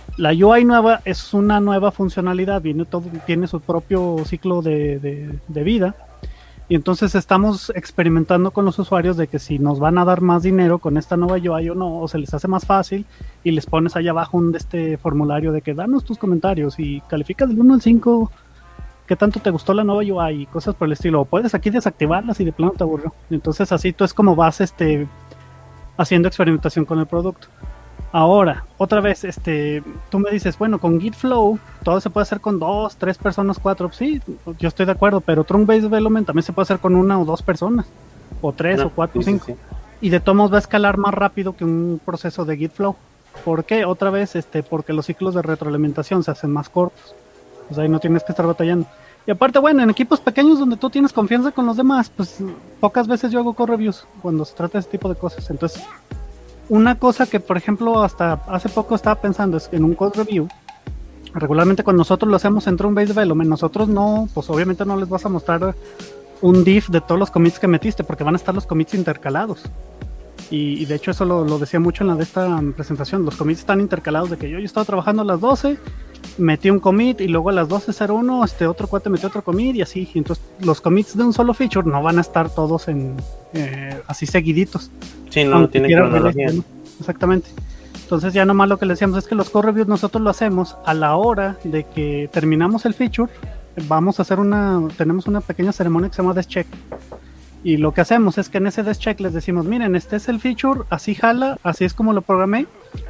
La U I nueva es una nueva funcionalidad, viene todo, tiene su propio ciclo de, de, de vida. Y entonces estamos experimentando con los usuarios de que si nos van a dar más dinero con esta nueva U I o no, o se les hace más fácil y les pones allá abajo un este formulario de que danos tus comentarios y califica del uno al cinco qué tanto te gustó la nueva U I y cosas por el estilo. O puedes aquí desactivarlas y de plano te aburrió. Entonces así tú es como vas este, haciendo experimentación con el producto. Ahora, otra vez, este, tú me dices, bueno, con Git Flow todo se puede hacer con dos, tres personas, cuatro. Sí, yo estoy de acuerdo, pero Trunk-Based Development también se puede hacer con una o dos personas, o tres, no, o cuatro, o sí, cinco. Sí, sí. Y de todos modos va a escalar más rápido que un proceso de Git Flow. ¿Por qué? Otra vez, este, porque los ciclos de retroalimentación se hacen más cortos. O sea, ahí no tienes que estar batallando. Y aparte, bueno, en equipos pequeños donde tú tienes confianza con los demás, pues pocas veces yo hago code reviews cuando se trata de ese tipo de cosas. Entonces, una cosa que, por ejemplo, hasta hace poco estaba pensando es que en un code review, regularmente cuando nosotros lo hacemos en Trunk-Based Development, nosotros no, pues obviamente no les vas a mostrar un diff de todos los commits que metiste, porque van a estar los commits intercalados. Y, y de hecho eso lo, lo decía mucho en la de esta presentación, los commits están intercalados de que yo, yo estaba trabajando a las doce, metí un commit y luego a las doce cero uno este otro cuate metió otro commit y así. Y entonces los commits de un solo feature no van a estar todos en eh, así seguiditos. Sí, no, no tiene cronología. ¿No? Exactamente. Entonces ya nomás lo que le decíamos es que los code reviews nosotros lo hacemos a la hora de que terminamos el feature. Vamos a hacer una, tenemos una pequeña ceremonia que se llama Desk Check. Y lo que hacemos es que en ese Desk Check les decimos, miren, este es el feature, así jala, así es como lo programé.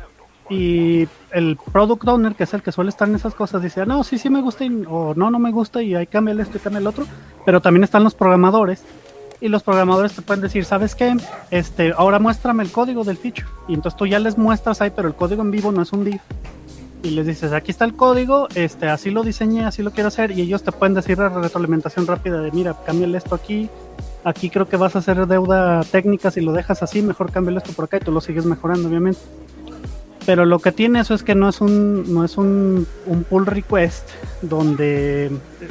Y el product owner, que es el que suele estar en esas cosas, dice, ah, no, sí, sí me gusta, y, o no, no me gusta, y ahí cambia esto y cambia el otro. Pero también están los programadores, y los programadores te pueden decir, ¿sabes qué? Este, ahora muéstrame el código del feature. Y entonces tú ya les muestras ahí, pero el código en vivo no es un div. Y les dices, aquí está el código, este, así lo diseñé, así lo quiero hacer, y ellos te pueden decir la retroalimentación rápida de, mira, cámbiale esto aquí, aquí creo que vas a hacer deuda técnica, si lo dejas así, mejor cámbiale esto por acá, y tú lo sigues mejorando, obviamente. Pero lo que tiene eso es que no es un, no es un, un pull request donde,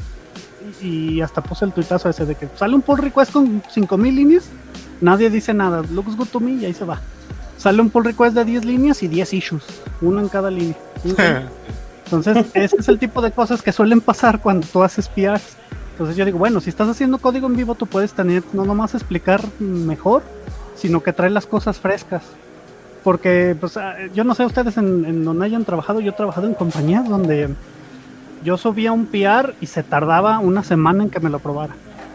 y hasta puse el tuitazo ese de que sale un pull request con cinco mil líneas, nadie dice nada, looks good to me, y ahí se va. Sale un pull request de diez líneas y diez issues, uno en cada línea. Entonces, ese es el tipo de cosas que suelen pasar cuando tú haces P Rs. Entonces yo digo, bueno, si estás haciendo código en vivo, tú puedes tener, no nomás explicar mejor, sino que trae las cosas frescas. Porque, pues, yo no sé ustedes en, en donde hayan trabajado, yo he trabajado en compañías donde yo subía un P R y se tardaba una semana en que me lo probara.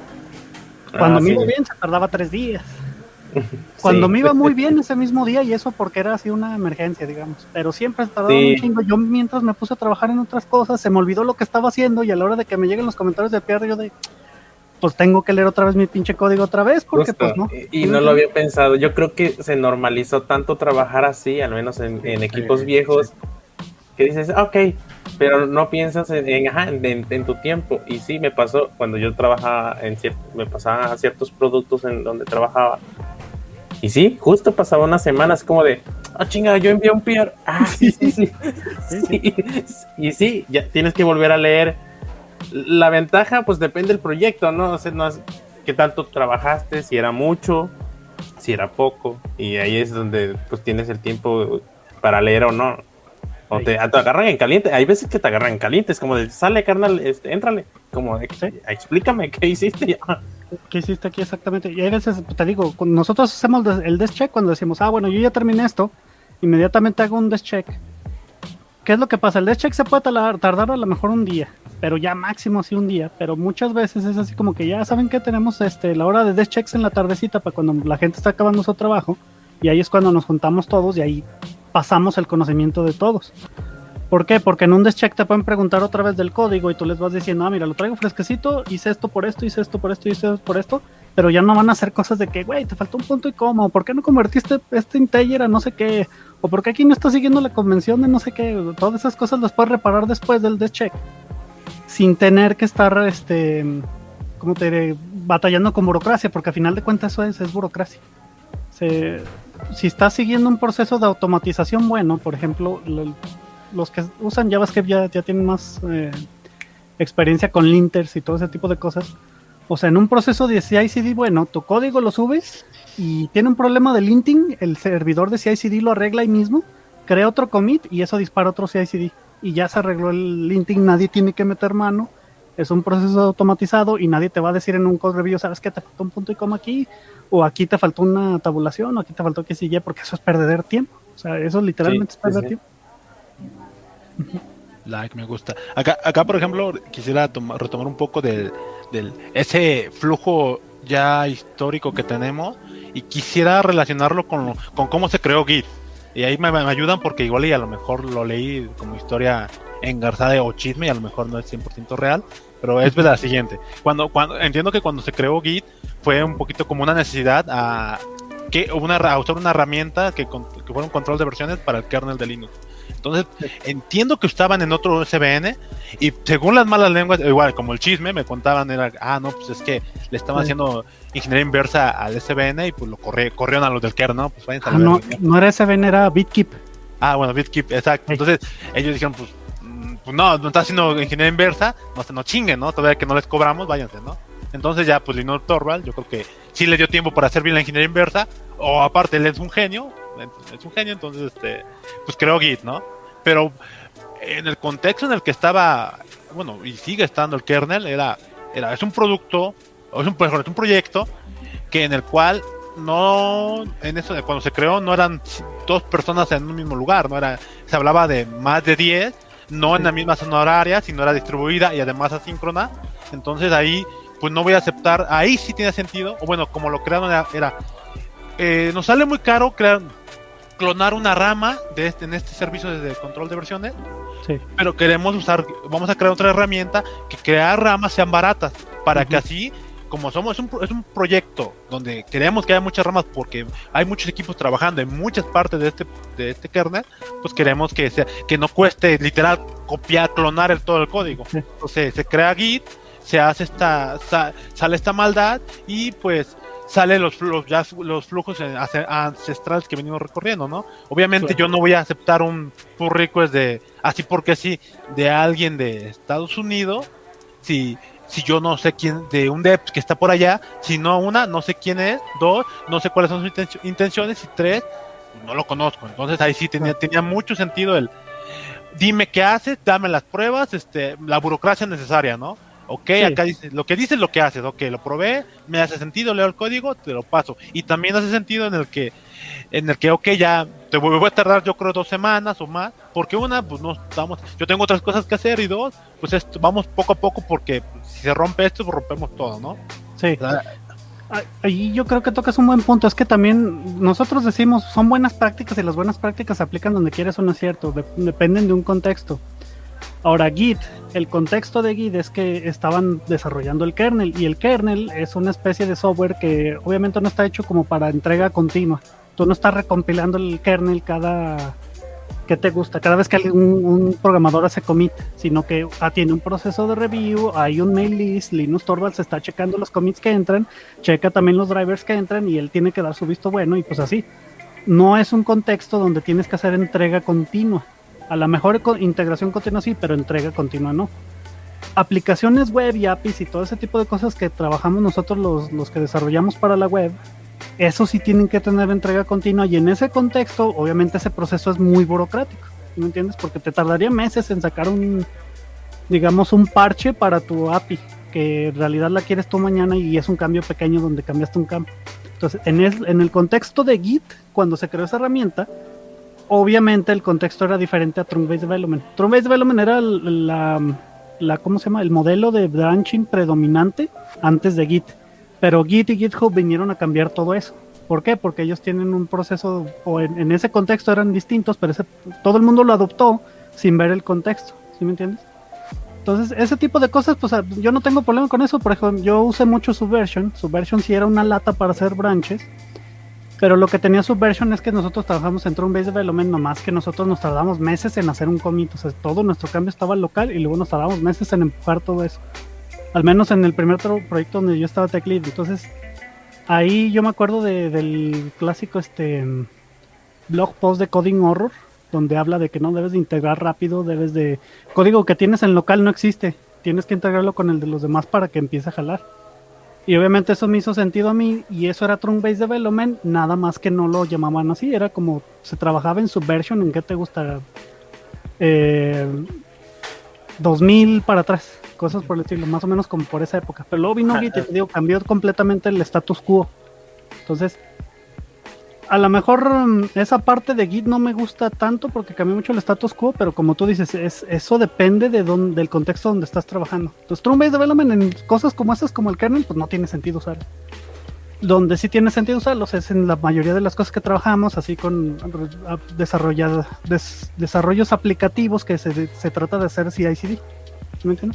Cuando ah, me sí. iba bien, se tardaba tres días. Cuando sí. me iba muy bien ese mismo día, y eso porque era así una emergencia, digamos. Pero siempre se tardaba sí. un chingo. Yo mientras me puse a trabajar en otras cosas, se me olvidó lo que estaba haciendo, y a la hora de que me lleguen los comentarios de P R, yo de... pues tengo que leer otra vez mi pinche código otra vez, porque Justo. pues no. Y, y no lo había pensado. Yo creo que se normalizó tanto trabajar así, al menos en, en equipos sí, viejos, sí. que dices, ok, pero no piensas en, en, ajá, en, en tu tiempo. Y sí, me pasó cuando yo trabajaba en cierto, me pasaban a ciertos productos en donde trabajaba. Y sí, justo pasaba unas semanas como de, ah, oh, chinga, yo envié un P R. Ah, sí, sí, sí. sí, sí. Y sí, ya tienes que volver a leer. La ventaja, pues depende del proyecto, ¿no? O sea, no es qué tanto trabajaste, si era mucho, si era poco. Y ahí es donde pues tienes el tiempo para leer o no. O te, te agarran en caliente. Hay veces que te agarran en caliente. Es como de, sale, carnal, este, éntrale. Como de, ¿sí? Explícame, ¿qué hiciste? ¿Qué hiciste aquí exactamente? Y hay veces, te digo, nosotros hacemos el desk check cuando decimos, ah, bueno, yo ya terminé esto. Inmediatamente hago un desk check. ¿Qué es lo que pasa? El desk check se puede tardar, tardar a lo mejor un día, pero ya máximo sí un día, pero muchas veces es así como que ya saben que tenemos este la hora de desk checks en la tardecita para cuando la gente está acabando su trabajo, y ahí es cuando nos juntamos todos y ahí pasamos el conocimiento de todos. ¿Por qué? Porque en un desk check te pueden preguntar otra vez del código y tú les vas diciendo, ah, mira, lo traigo fresquecito, hice esto por esto, hice esto por esto, hice esto por esto, pero ya no van a hacer cosas de que, güey, te faltó un punto y coma, o ¿por qué no convertiste este integer a no sé qué? O ¿por qué aquí no estás siguiendo la convención de no sé qué? Todas esas cosas las puedes reparar después del desk check, sin tener que estar, este, ¿cómo te diré? Batallando con burocracia, porque a final de cuentas eso es, es burocracia. Se, si estás siguiendo un proceso de automatización bueno, por ejemplo, lo, los que usan JavaScript ya, ya tienen más eh, experiencia con linters y todo ese tipo de cosas. O sea, en un proceso de C I C D, bueno, tu código lo subes y tiene un problema de linting, el servidor de C I C D lo arregla ahí mismo, crea otro commit y eso dispara otro C I C D. Y ya se arregló el linting, nadie tiene que meter mano. Es un proceso automatizado y nadie te va a decir en un code review, ¿sabes qué? Te faltó un punto y coma aquí, o aquí te faltó una tabulación, o aquí te faltó que sí, porque eso es perder tiempo. O sea, eso literalmente Sí, es perder sí, sí. tiempo. Like, me gusta. Acá, acá por ejemplo, quisiera toma- retomar un poco del, del ese flujo ya histórico que tenemos y quisiera relacionarlo con, lo- con cómo se creó Git. Y ahí me, me ayudan porque igual y a lo mejor lo leí como historia engarzada o chisme y a lo mejor no es cien por ciento real, pero es la siguiente. Cuando, cuando entiendo que cuando se creó Git fue un poquito como una necesidad a, que, una, a usar una herramienta que, con- que fuera un control de versiones para el kernel de Linux. Entonces, entiendo que estaban en otro S V N y según las malas lenguas, igual como el chisme, me contaban, era, ah, no, pues es que le estaban Sí. haciendo ingeniería inversa al S V N y pues lo corri- corrieron a los del kernel, ¿no? Pues vayan a Ah, la no, verga. no era S V N, era BitKeep. Ah, bueno, BitKeep, exacto. Sí. Entonces, ellos dijeron, pues, mm, pues no, no está haciendo ingeniería inversa, no se no chinguen, ¿no? Todavía que no les cobramos, váyanse, ¿no? Entonces ya, pues Linus Torvald, yo creo que sí le dio tiempo para hacer bien la ingeniería inversa, o aparte él es un genio, es un genio, entonces, este, pues creó Git, ¿no? Pero en el contexto en el que estaba, bueno, y sigue estando el kernel, era, era es un producto, o es un, es un proyecto que en el cual no, en eso de cuando se creó no eran dos personas en un mismo lugar, no era, se hablaba de más de diez, no en la misma zona horaria, sino era distribuida y además asíncrona. Entonces ahí, pues no voy a aceptar, ahí sí tiene sentido, o bueno, como lo crearon era, era eh, nos sale muy caro crear, clonar una rama de este, en este servicio de control de versiones, Sí. pero queremos usar, vamos a crear otra herramienta que crear ramas sean baratas, para Ujú. que así, como somos, es un, pro- es un proyecto donde queremos que haya muchas ramas porque hay muchos equipos trabajando en muchas partes de este, de este kernel, pues queremos que sea, que no cueste literal copiar, clonar el, todo el código. Sí. Entonces se crea Git, se hace esta, sa- sale esta maldad y pues salen los, los, ya los flujos ancestrales que venimos recorriendo, ¿no? Obviamente Claro. yo no voy a aceptar un pull request de, así porque sí, de alguien de Estados Unidos, si, si yo no sé quién, de un dev que está por allá, si no, una, no sé quién es, dos, no sé cuáles son sus inten- intenciones, y tres, no lo conozco. Entonces ahí sí tenía, tenía mucho sentido el, dime qué haces, dame las pruebas, este, la burocracia necesaria, ¿no? Ok, Sí. acá dice, lo que dices es lo que haces, ok, lo probé, me hace sentido, leo el código, te lo paso. Y también hace sentido en el que, en el que, ok, ya te voy, voy a tardar yo creo dos semanas o más, porque una, pues no estamos, yo tengo otras cosas que hacer, y dos, pues esto, vamos poco a poco, porque pues, si se rompe esto, pues rompemos todo, ¿no? Sí. O sea, Ah, Ahí yo creo que tocas un buen punto. Es que también nosotros decimos son buenas prácticas y las buenas prácticas se aplican donde quieras, o no es cierto. De- dependen de un contexto. Ahora, Git, el contexto de Git es que estaban desarrollando el kernel, y el kernel es una especie de software que obviamente no está hecho como para entrega continua. Tú no estás recompilando el kernel cada que te gusta, cada vez que un, un programador hace commit, sino que ah, tiene un proceso de review, hay un mail list, Linus Torvalds está checando los commits que entran, checa también los drivers que entran y él tiene que dar su visto bueno, y pues así. No es un contexto donde tienes que hacer entrega continua. A lo mejor con integración continua sí, pero entrega continua no. Aplicaciones web y A P Is y todo ese tipo de cosas que trabajamos nosotros los, los que desarrollamos para la web, eso sí tienen que tener entrega continua, y en ese contexto obviamente ese proceso es muy burocrático, ¿me entiendes? Porque te tardaría meses en sacar un, digamos, un parche para tu A P I, que en realidad la quieres tú mañana y es un cambio pequeño donde cambiaste un campo. Entonces, en el, en el contexto de Git, cuando se creó esa herramienta, obviamente el contexto era diferente a Trunk-Based Development. Trunk-Based Development era el- la, la, ¿cómo se llama? El modelo de branching predominante antes de Git. Pero Git y GitHub vinieron a cambiar todo eso. ¿Por qué? Porque ellos tienen un proceso, o en, en ese contexto eran distintos, pero ese, todo el mundo lo adoptó sin ver el contexto. ¿Sí me entiendes? Entonces, ese tipo de cosas, pues yo no tengo problema con eso. Por ejemplo, yo usé mucho Subversion. Subversion sí era una lata para hacer branches. Pero lo que tenía Subversion es que nosotros trabajamos en Trunk-Based Development, nomás que nosotros nos tardamos meses en hacer un commit. O sea, todo nuestro cambio estaba local y luego nos tardamos meses en empujar todo eso. Al menos en el primer tro- proyecto donde yo estaba tech lead. Entonces, ahí yo me acuerdo de, del clásico este blog post de Coding Horror, donde habla de que no debes de integrar rápido, debes de... Código que tienes en local no existe, tienes que integrarlo con el de los demás para que empiece a jalar. Y obviamente eso me hizo sentido a mí, y eso era Trunk-Based Development, nada más que no lo llamaban así, era como se trabajaba en Subversion, ¿en qué te gusta? Eh, dos mil para atrás, cosas por el estilo, más o menos como por esa época. Pero luego vino Git y te digo, cambió completamente el status quo. Entonces, a lo mejor um, esa parte de Git no me gusta tanto porque cambió mucho el status quo, pero como tú dices, es, eso depende de don, del contexto donde estás trabajando. Entonces, Trunk-Based Development en cosas como esas, como el kernel, pues no tiene sentido usarlo. Donde sí tiene sentido usarlos es en la mayoría de las cosas que trabajamos, así con desarrollar, des, desarrollos aplicativos que se, se trata de hacer C I C D. ¿Me entiendes?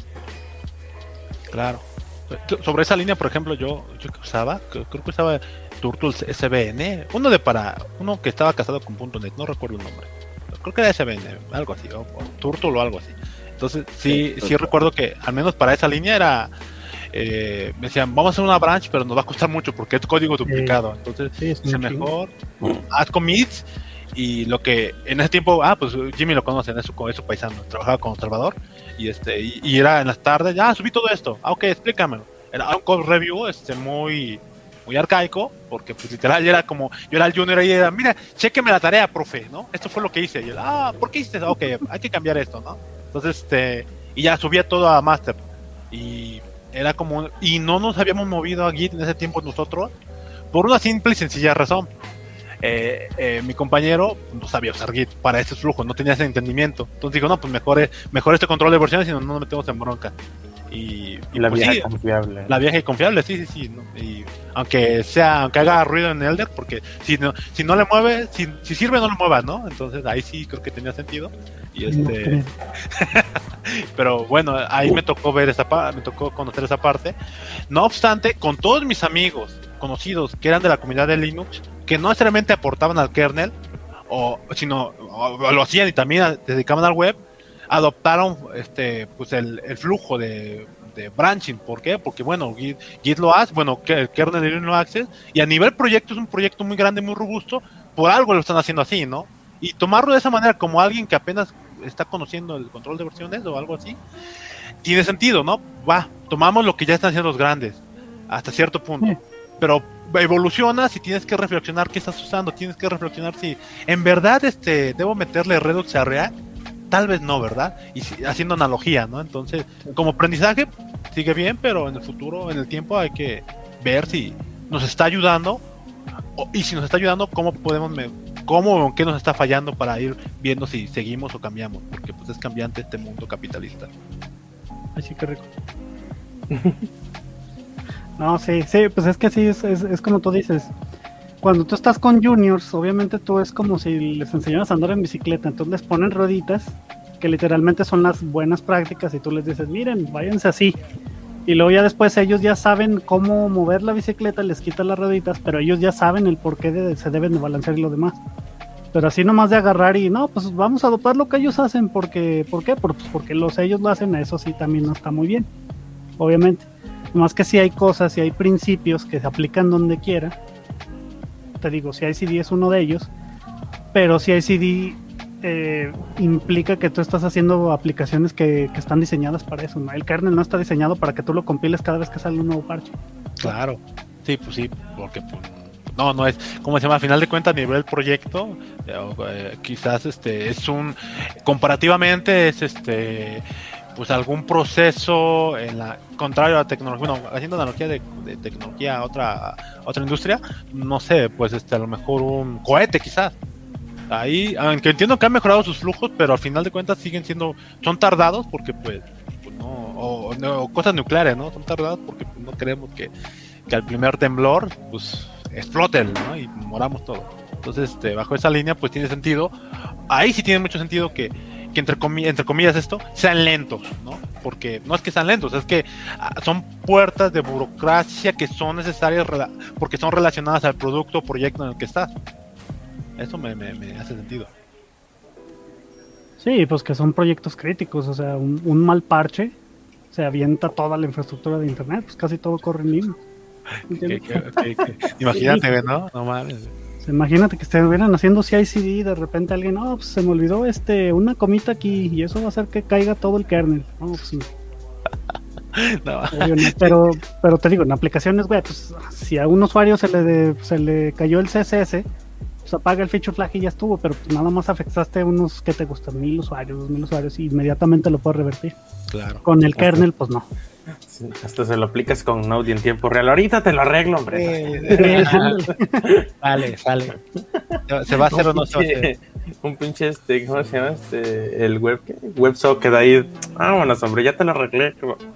Claro. Sobre esa línea, por ejemplo, yo, yo que usaba, creo que usaba Turtles S V N, uno de para, uno que estaba casado con .net, no recuerdo el nombre. Creo que era S V N, algo así, o, o Turtle o algo así. Entonces, sí, sí, sí recuerdo que al menos para esa línea era, eh, me decían, vamos a hacer una branch, pero nos va a costar mucho porque es código duplicado. Entonces, sí, es, es mejor, haz commits. Y lo que en ese tiempo, ah, pues Jimmy lo conocen, es su, es su paisano, trabajaba con Salvador, y este, y, y era en las tardes, ya ah, subí todo esto, ah, ok, explícamelo. Era un code review este muy, muy arcaico, porque pues literal ya era como, yo era el junior y era, mira, chéqueme la tarea, profe, ¿no? Esto fue lo que hice, y él, ah, ¿por qué hiciste eso? Ok, hay que cambiar esto, ¿no? Entonces, este, y ya subía todo a master, y era como, y no nos habíamos movido a Git en ese tiempo nosotros, por una simple y sencilla razón. Eh, eh, mi compañero no sabía usar Git para ese flujo, no tenía ese entendimiento. Entonces digo, no, pues mejor, es, mejor este control de versiones y no, no nos metemos en bronca. Y, y la pues vieja sí, confiable. La vieja y confiable, sí, sí, sí. ¿no? Y aunque sea, aunque haga ruido en Elder, porque si no, si no le mueve, si, si sirve, no lo muevas, ¿no? Entonces ahí sí creo que tenía sentido. Y este, pero bueno, ahí me tocó ver esa parte, me tocó conocer esa parte. No obstante, con todos mis amigos conocidos que eran de la comunidad de Linux, que no necesariamente aportaban al kernel, o sino o, o lo hacían y también a, dedicaban al web, adoptaron este pues el, el flujo de, de branching. ¿Por qué? Porque bueno, Git, Git lo hace, bueno, que el kernel de Linux lo hace, y a nivel proyecto es un proyecto muy grande, muy robusto, por algo lo están haciendo así, ¿no? Y tomarlo de esa manera como alguien que apenas está conociendo el control de versiones o algo así, tiene sentido, ¿no? Va, tomamos lo que ya están haciendo los grandes, hasta cierto punto. Sí. Pero evolucionas y tienes que reflexionar qué estás usando, tienes que reflexionar si en verdad este debo meterle Redux a React, tal vez no, ¿verdad? Y si, haciendo analogía, ¿no? Entonces, como aprendizaje sigue bien, pero en el futuro, en el tiempo hay que ver si nos está ayudando, o, y si nos está ayudando, cómo podemos, cómo o qué nos está fallando para ir viendo si seguimos o cambiamos, porque pues es cambiante este mundo capitalista. Así que rico. No, sí, sí, pues es que sí, es, es, es como tú dices. Cuando tú estás con juniors, obviamente tú es como si les enseñaras a andar en bicicleta. Entonces les ponen rueditas, que literalmente son las buenas prácticas, y tú les dices, miren, váyanse así. Y luego ya después ellos ya saben cómo mover la bicicleta, les quitan las rueditas, pero ellos ya saben el por qué de, se deben de balancear y lo demás. Pero así nomás de agarrar y, no, pues vamos a adoptar lo que ellos hacen, porque, ¿por qué? Pues porque los ellos lo hacen, eso sí también no está muy bien, obviamente. Más que si hay cosas, si hay principios que se aplican donde quiera. Te digo, C I C D es uno de ellos, pero C I C D eh, implica que tú estás haciendo aplicaciones que, que están diseñadas para eso, ¿no? El kernel no está diseñado para que tú lo compiles cada vez que sale un nuevo parche. Claro, sí, pues sí, porque pues, no, no es, como se llama, al final de cuentas, a nivel del proyecto, eh, eh, quizás este es un, comparativamente es este pues algún proceso en la contrario a la tecnología, bueno, haciendo analogía de, de tecnología a otra a otra industria, no sé, pues este a lo mejor un cohete quizás. Ahí, aunque entiendo que han mejorado sus flujos, pero al final de cuentas siguen siendo, son tardados porque pues, pues no, o, o, o cosas nucleares, ¿no? Son tardados porque pues, no queremos que, que al primer temblor pues explote, ¿no? Y moramos todos. Entonces, este, bajo esa línea pues tiene sentido. Ahí sí tiene mucho sentido que que entre, comi entre comillas esto, sean lentos, ¿no? Porque no es que sean lentos, es que uh, son puertas de burocracia que son necesarias porque son relacionadas al producto o proyecto en el que estás. Eso me, me, me hace sentido. Sí, pues que son proyectos críticos, o sea, un, un mal parche se avienta toda la infraestructura de internet, pues casi todo corre en Linux. ¿Qué, qué, qué, qué? Imagínate, sí. ¿no? No mames. Imagínate que estuvieran haciendo C I C D y de repente alguien, no, pues se me olvidó este una comita aquí y eso va a hacer que caiga todo el kernel. No, pues sí. No. Obvio, no, pero, pero te digo, en aplicaciones web, pues, si a un usuario se le, se le cayó el C S S, pues apaga el feature flag y ya estuvo, pero pues nada más afectaste a unos, ¿qué te gustan? Mil usuarios, dos mil usuarios, y inmediatamente lo puedes revertir. Claro. Con el kernel, pues no. Sí, hasta se lo aplicas con Node y en tiempo real. Ahorita te lo arreglo, hombre. Eh, sale, sale. ¿Se va a hacer o no se va a hacer? Un pinche, este, ¿cómo se llama? Este, el web, ¿qué? WebSocket ahí. Ah, bueno, hombre, ya te lo arreglé.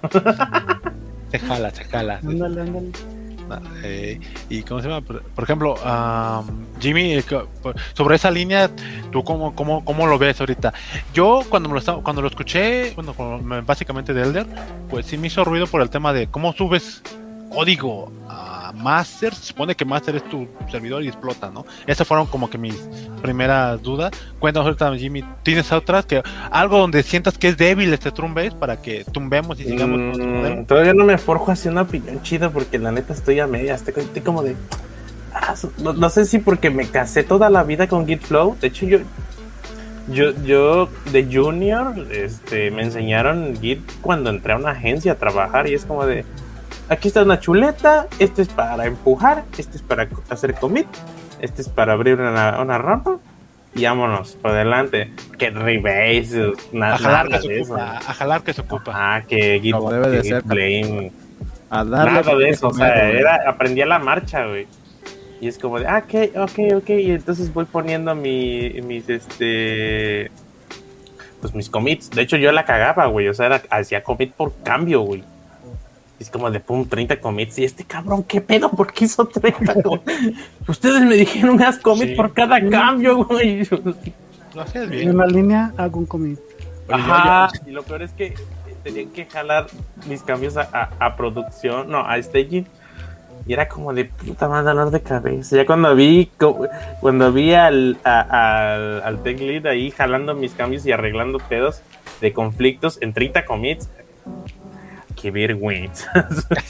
Se jala, se jala. Ándale, ándale. Eh, y cómo se llama, por, por ejemplo, um, Jimmy, eh, sobre esa línea, ¿tú cómo, cómo, cómo lo ves ahorita? Yo cuando me lo estaba, cuando lo escuché, bueno, cuando, básicamente de Elder, pues sí me hizo ruido por el tema de cómo subes código a Master. Se supone que Master es tu servidor y explota, ¿no? Esas fueron como que mis primeras dudas. Cuéntanos ahorita, Jimmy, ¿tienes otras? Que algo donde sientas que es débil este Trumbase para que tumbemos y sigamos mm, con otro modelo? Todavía no me forjo hacia una opinión chida porque la neta estoy a medias. Estoy, estoy como de... Ah, no, no sé si porque me casé toda la vida con GitFlow. De hecho, yo... Yo, yo de junior este, me enseñaron Git cuando entré a una agencia a trabajar y es como de... Aquí está una chuleta, este es para empujar, este es para hacer commit, este es para abrir una, una rampa y vámonos, por adelante. Que rebase, nada, a jalar nada que se de ocupa, eso. a jalar que se ocupa. Ah, que Git, Como debe de que ser. Git blame. A darle Nada de eso, o sea, comer, era, aprendí a la marcha, güey. Y es como de, ah, ok, ok, ok, y entonces voy poniendo mi, mis, este... Pues mis commits. De hecho, yo la cagaba, güey, o sea, era, hacía commit por cambio, güey. Es como de pum, treinta commits. Y este cabrón, ¿qué pedo? ¿Por qué hizo treinta commits? Ustedes me dijeron haz commits Sí. por cada cambio, güey. Lo hacías En bien. una línea hago un commit. Ajá. Y lo peor es que tenía que jalar mis cambios a, a, a producción, no, a staging. Y era como de puta madre, dolor de cabeza. Ya cuando vi cuando vi al, a, al, al tech lead ahí jalando mis cambios y arreglando pedos de conflictos en treinta commits, qué vergüenza.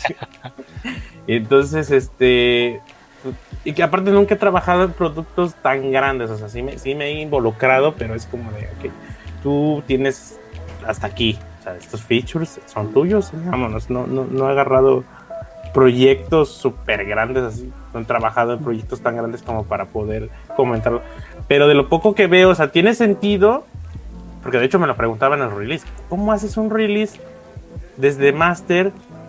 Entonces, este... Y que aparte nunca he trabajado en productos tan grandes, o sea, sí me, sí me he involucrado, pero es como de, ok, tú tienes hasta aquí, o sea, estos features son tuyos, vámonos, no, no, no he agarrado proyectos súper grandes así, no he trabajado en proyectos tan grandes como para poder comentarlo, pero de lo poco que veo, o sea, tiene sentido, porque de hecho me lo preguntaban en el release, ¿cómo haces un release desde master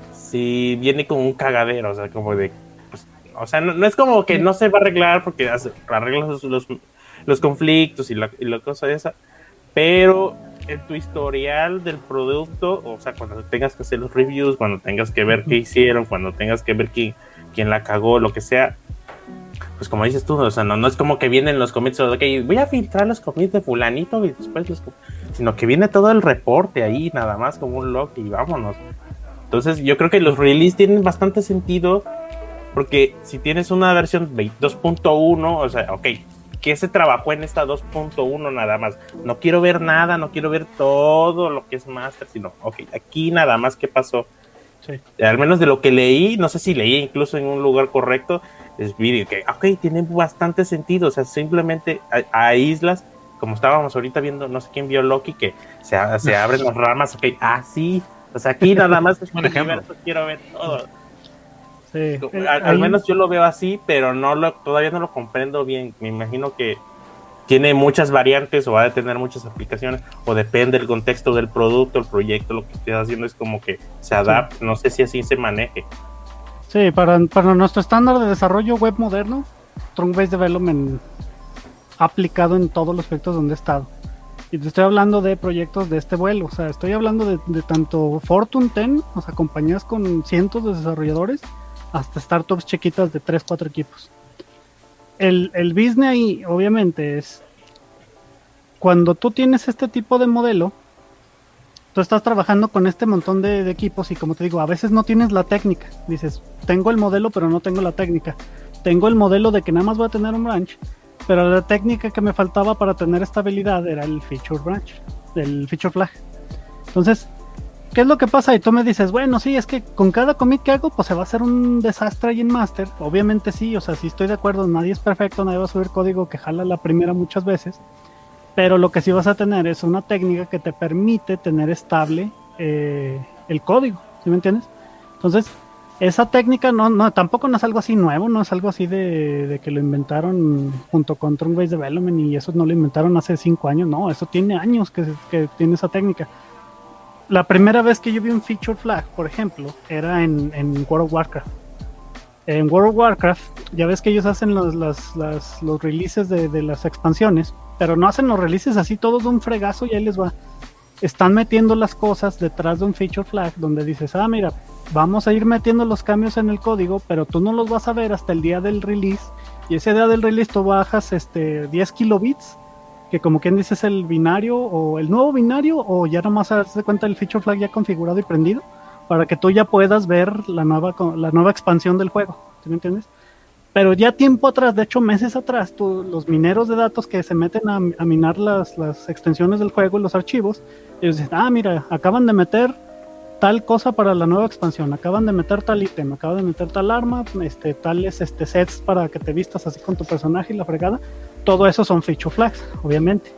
si viene con un cagadero? O sea, como de, pues, o sea, no, no es como que no se va a arreglar porque hace, arreglas los, los, los conflictos y la, y la cosa esa, pero en tu historial del producto, o sea, cuando tengas que hacer los reviews, cuando tengas que ver qué hicieron, cuando tengas que ver quién, quién la cagó, lo que sea, pues como dices tú, o sea, no, no es como que vienen los commits, ok, voy a filtrar los commits de fulanito y después los commits, sino que viene todo el reporte ahí, nada más como un log y vámonos. Entonces yo creo que los release tienen bastante sentido, porque si tienes una versión dos punto uno, o sea, ok, ¿qué se trabajó en esta dos punto uno nada más? No quiero ver nada, no quiero ver todo lo que es master, sino, ok, aquí nada más qué pasó. Sí. Al menos de lo que leí, no sé si leí incluso en un lugar correcto, es vídeo que, ok, tiene bastante sentido, o sea, simplemente aíslas, como estábamos ahorita viendo, no sé quién vio Loki, que se, se abren las ramas, ok, ah, sí, o sea, aquí nada más es un ejemplo. Universo, quiero ver todo. Sí. Al, al menos yo lo veo así, pero no lo, todavía no lo comprendo bien, me imagino que tiene muchas variantes o va a tener muchas aplicaciones, o depende del contexto del producto, el proyecto, lo que estés haciendo es como que se adapta, sí. No sé si así se maneje. Sí, para, para nuestro estándar de desarrollo web moderno, Trunk-Based Development ha aplicado en todos los aspectos donde he estado. Y te estoy hablando de proyectos de este vuelo, o sea, estoy hablando de, de tanto Fortune diez, o sea, compañías con cientos de desarrolladores, hasta startups chiquitas de tres, cuatro equipos. El, el business ahí, obviamente, es cuando tú tienes este tipo de modelo, tú estás trabajando con este montón de, de equipos y como te digo, a veces no tienes la técnica. Dices, tengo el modelo pero no tengo la técnica. Tengo el modelo de que nada más voy a tener un branch, pero la técnica que me faltaba para tener estabilidad era el feature branch, el feature flag. Entonces, ¿qué es lo que pasa? Y tú me dices, bueno, sí, es que con cada commit que hago, pues se va a hacer un desastre ahí en master. Obviamente sí, o sea, sí estoy de acuerdo, nadie es perfecto, nadie va a subir código que jala la primera muchas veces. Pero lo que sí vas a tener es una técnica que te permite tener estable eh, el código. ¿sí me entiendes? Entonces, esa técnica no, no, tampoco no es algo así nuevo, no es algo así de, de que lo inventaron junto con Trunk Based Development y eso no lo inventaron hace cinco años, no, eso tiene años que, que tiene esa técnica. La primera vez que yo vi un feature flag, por ejemplo, era en, en World of Warcraft. En World of Warcraft, ya ves que ellos hacen los, las, las, los releases de, de las expansiones, pero no hacen los releases así todos de un fregazo y ahí les va. Están metiendo las cosas detrás de un feature flag donde dices, ah, mira, vamos a ir metiendo los cambios en el código, pero tú no los vas a ver hasta el día del release, y ese día del release tú bajas este, diez kilobits, que como quien dice es el binario, o el nuevo binario, o ya nomás das de cuenta el feature flag ya configurado y prendido, para que tú ya puedas ver la nueva, la nueva expansión del juego, ¿sí me entiendes? Pero ya tiempo atrás, de hecho meses atrás, tú, los mineros de datos que se meten a, a minar las, las extensiones del juego y los archivos, ellos dicen, ah, mira, acaban de meter tal cosa para la nueva expansión, acaban de meter tal ítem, acaban de meter tal arma, este, tales este, sets para que te vistas así con tu personaje y la fregada. Todo eso son feature flags, obviamente.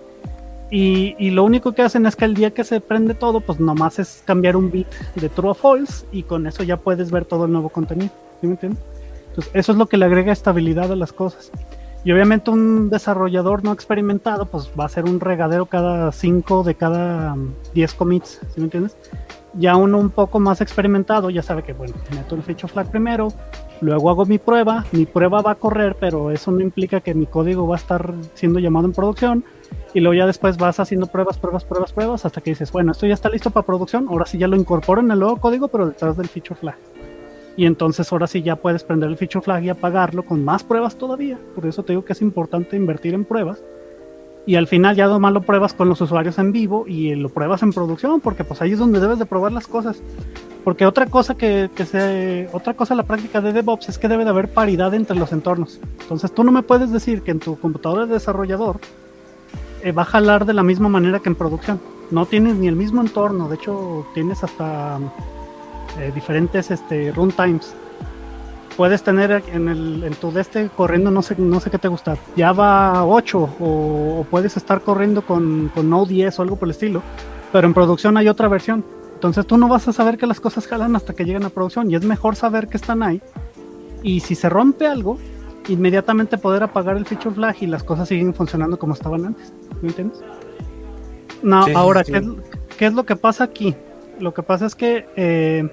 Y, y lo único que hacen es que el día que se prende todo, pues nomás es cambiar un bit de true a false y con eso ya puedes ver todo el nuevo contenido, ¿sí me entiendes? Entonces eso es lo que le agrega estabilidad a las cosas. Y obviamente un desarrollador no experimentado, pues va a ser un regadero cada cinco de cada diez commits, ¿sí me entiendes? Ya uno un poco más experimentado ya sabe que, bueno, meto el feature flag primero, luego hago mi prueba, mi prueba va a correr, pero eso no implica que mi código va a estar siendo llamado en producción, y luego ya después vas haciendo pruebas, pruebas, pruebas, pruebas, hasta que dices, bueno, esto ya está listo para producción, ahora sí ya lo incorporo en el nuevo código, pero detrás del feature flag. Y entonces ahora sí ya puedes prender el feature flag y apagarlo con más pruebas todavía. Por eso te digo que es importante invertir en pruebas. Y al final ya nomás lo pruebas con los usuarios en vivo y lo pruebas en producción, porque pues ahí es donde debes de probar las cosas. Porque otra cosa que, que se, otra cosa en la práctica de DevOps es que debe de haber paridad entre los entornos. Entonces tú no me puedes decir que en tu computadora de desarrollador eh, va a jalar de la misma manera que en producción. No tienes ni el mismo entorno, de hecho tienes hasta eh, diferentes este, runtimes. Puedes tener en, el, en tu de este corriendo, no sé, no sé qué te gusta, Java ocho, o, o puedes estar corriendo con, con Node diez o algo por el estilo, pero en producción hay otra versión. Entonces tú no vas a saber que las cosas jalan hasta que lleguen a producción, y es mejor saber que están ahí, y si se rompe algo, inmediatamente poder apagar el feature flag y las cosas siguen funcionando como estaban antes. ¿Me entiendes? No, sí, ahora, sí, sí. ¿qué, es, ¿qué es lo que pasa aquí? Lo que pasa es que eh,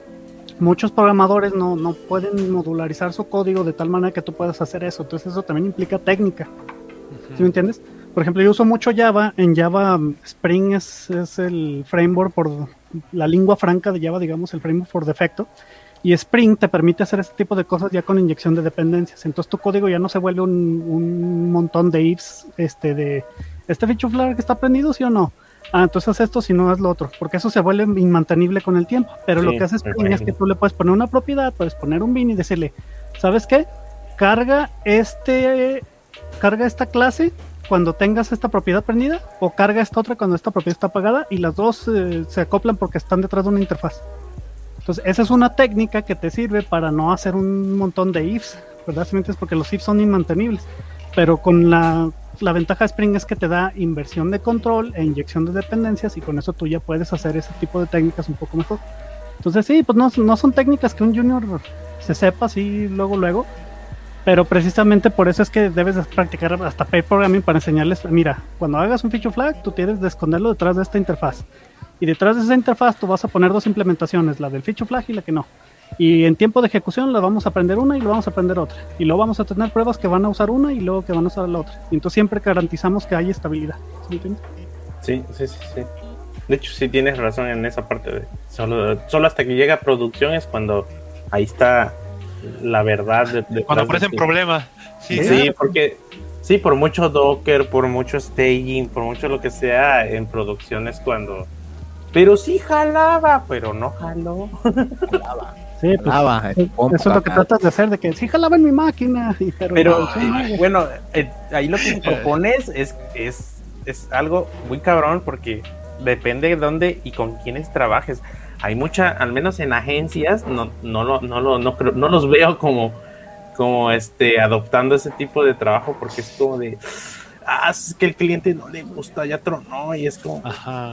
muchos programadores no, no pueden modularizar su código de tal manera que tú puedas hacer eso. Entonces eso también implica técnica. Uh-huh. ¿Sí me entiendes? Por ejemplo, yo uso mucho Java. En Java Spring es, es el framework por la lengua franca de Java, digamos, el framework por defecto. Y Spring te permite hacer este tipo de cosas ya con inyección de dependencias. Entonces tu código ya no se vuelve un, un montón de ifs, este de este feature flag que está prendido, ¿sí o no? Ah, entonces haz esto, si no haz lo otro, porque eso se vuelve inmantenible con el tiempo. Pero sí, lo que hace Spring perfecto. Es que tú le puedes poner una propiedad, puedes poner un bin y decirle, ¿sabes qué? Carga este, carga esta clase cuando tengas esta propiedad prendida, o carga esta otra cuando esta propiedad está apagada, y las dos eh, se acoplan porque están detrás de una interfaz. Entonces esa es una técnica que te sirve para no hacer un montón de ifs, ¿verdad? Porque los ifs son inmantenibles, pero con la, la ventaja de Spring es que te da inversión de control e inyección de dependencias, y con eso tú ya puedes hacer ese tipo de técnicas un poco mejor. Entonces sí, pues no, no son técnicas que un junior se sepa así luego luego, pero precisamente por eso es que debes practicar hasta pair programming para enseñarles, mira, cuando hagas un feature flag tú tienes de esconderlo detrás de esta interfaz, y detrás de esa interfaz tú vas a poner dos implementaciones, la del feature flag y la que no, y en tiempo de ejecución la vamos a aprender una y luego vamos a aprender otra, y luego vamos a tener pruebas que van a usar una y luego que van a usar la otra, y entonces siempre garantizamos que hay estabilidad. ¿Sí me entiendes? Sí, sí, sí, sí. De hecho sí tienes razón en esa parte de solo, solo hasta que llega a producción es cuando ahí está la verdad de, de cuando aparecen de problemas. Sí, sí, sí, porque sí, por mucho Docker, por mucho staging, por mucho lo que sea, en producción es cuando pero sí jalaba, pero no jaló. Jalaba. Sí, pues, jalaba, eso es lo que tratas de hacer, de que sí jalaba en mi máquina. Y, pero pero no, sí, bueno, eh, ahí lo que propones es, es, es algo muy cabrón, porque depende de dónde y con quiénes trabajes. Hay mucha, al menos en agencias, no, no, no, no, no, no, no los veo como, como este, adoptando ese tipo de trabajo, porque es como de, ah, es que el cliente no le gusta, ya tronó, y es como, ajá.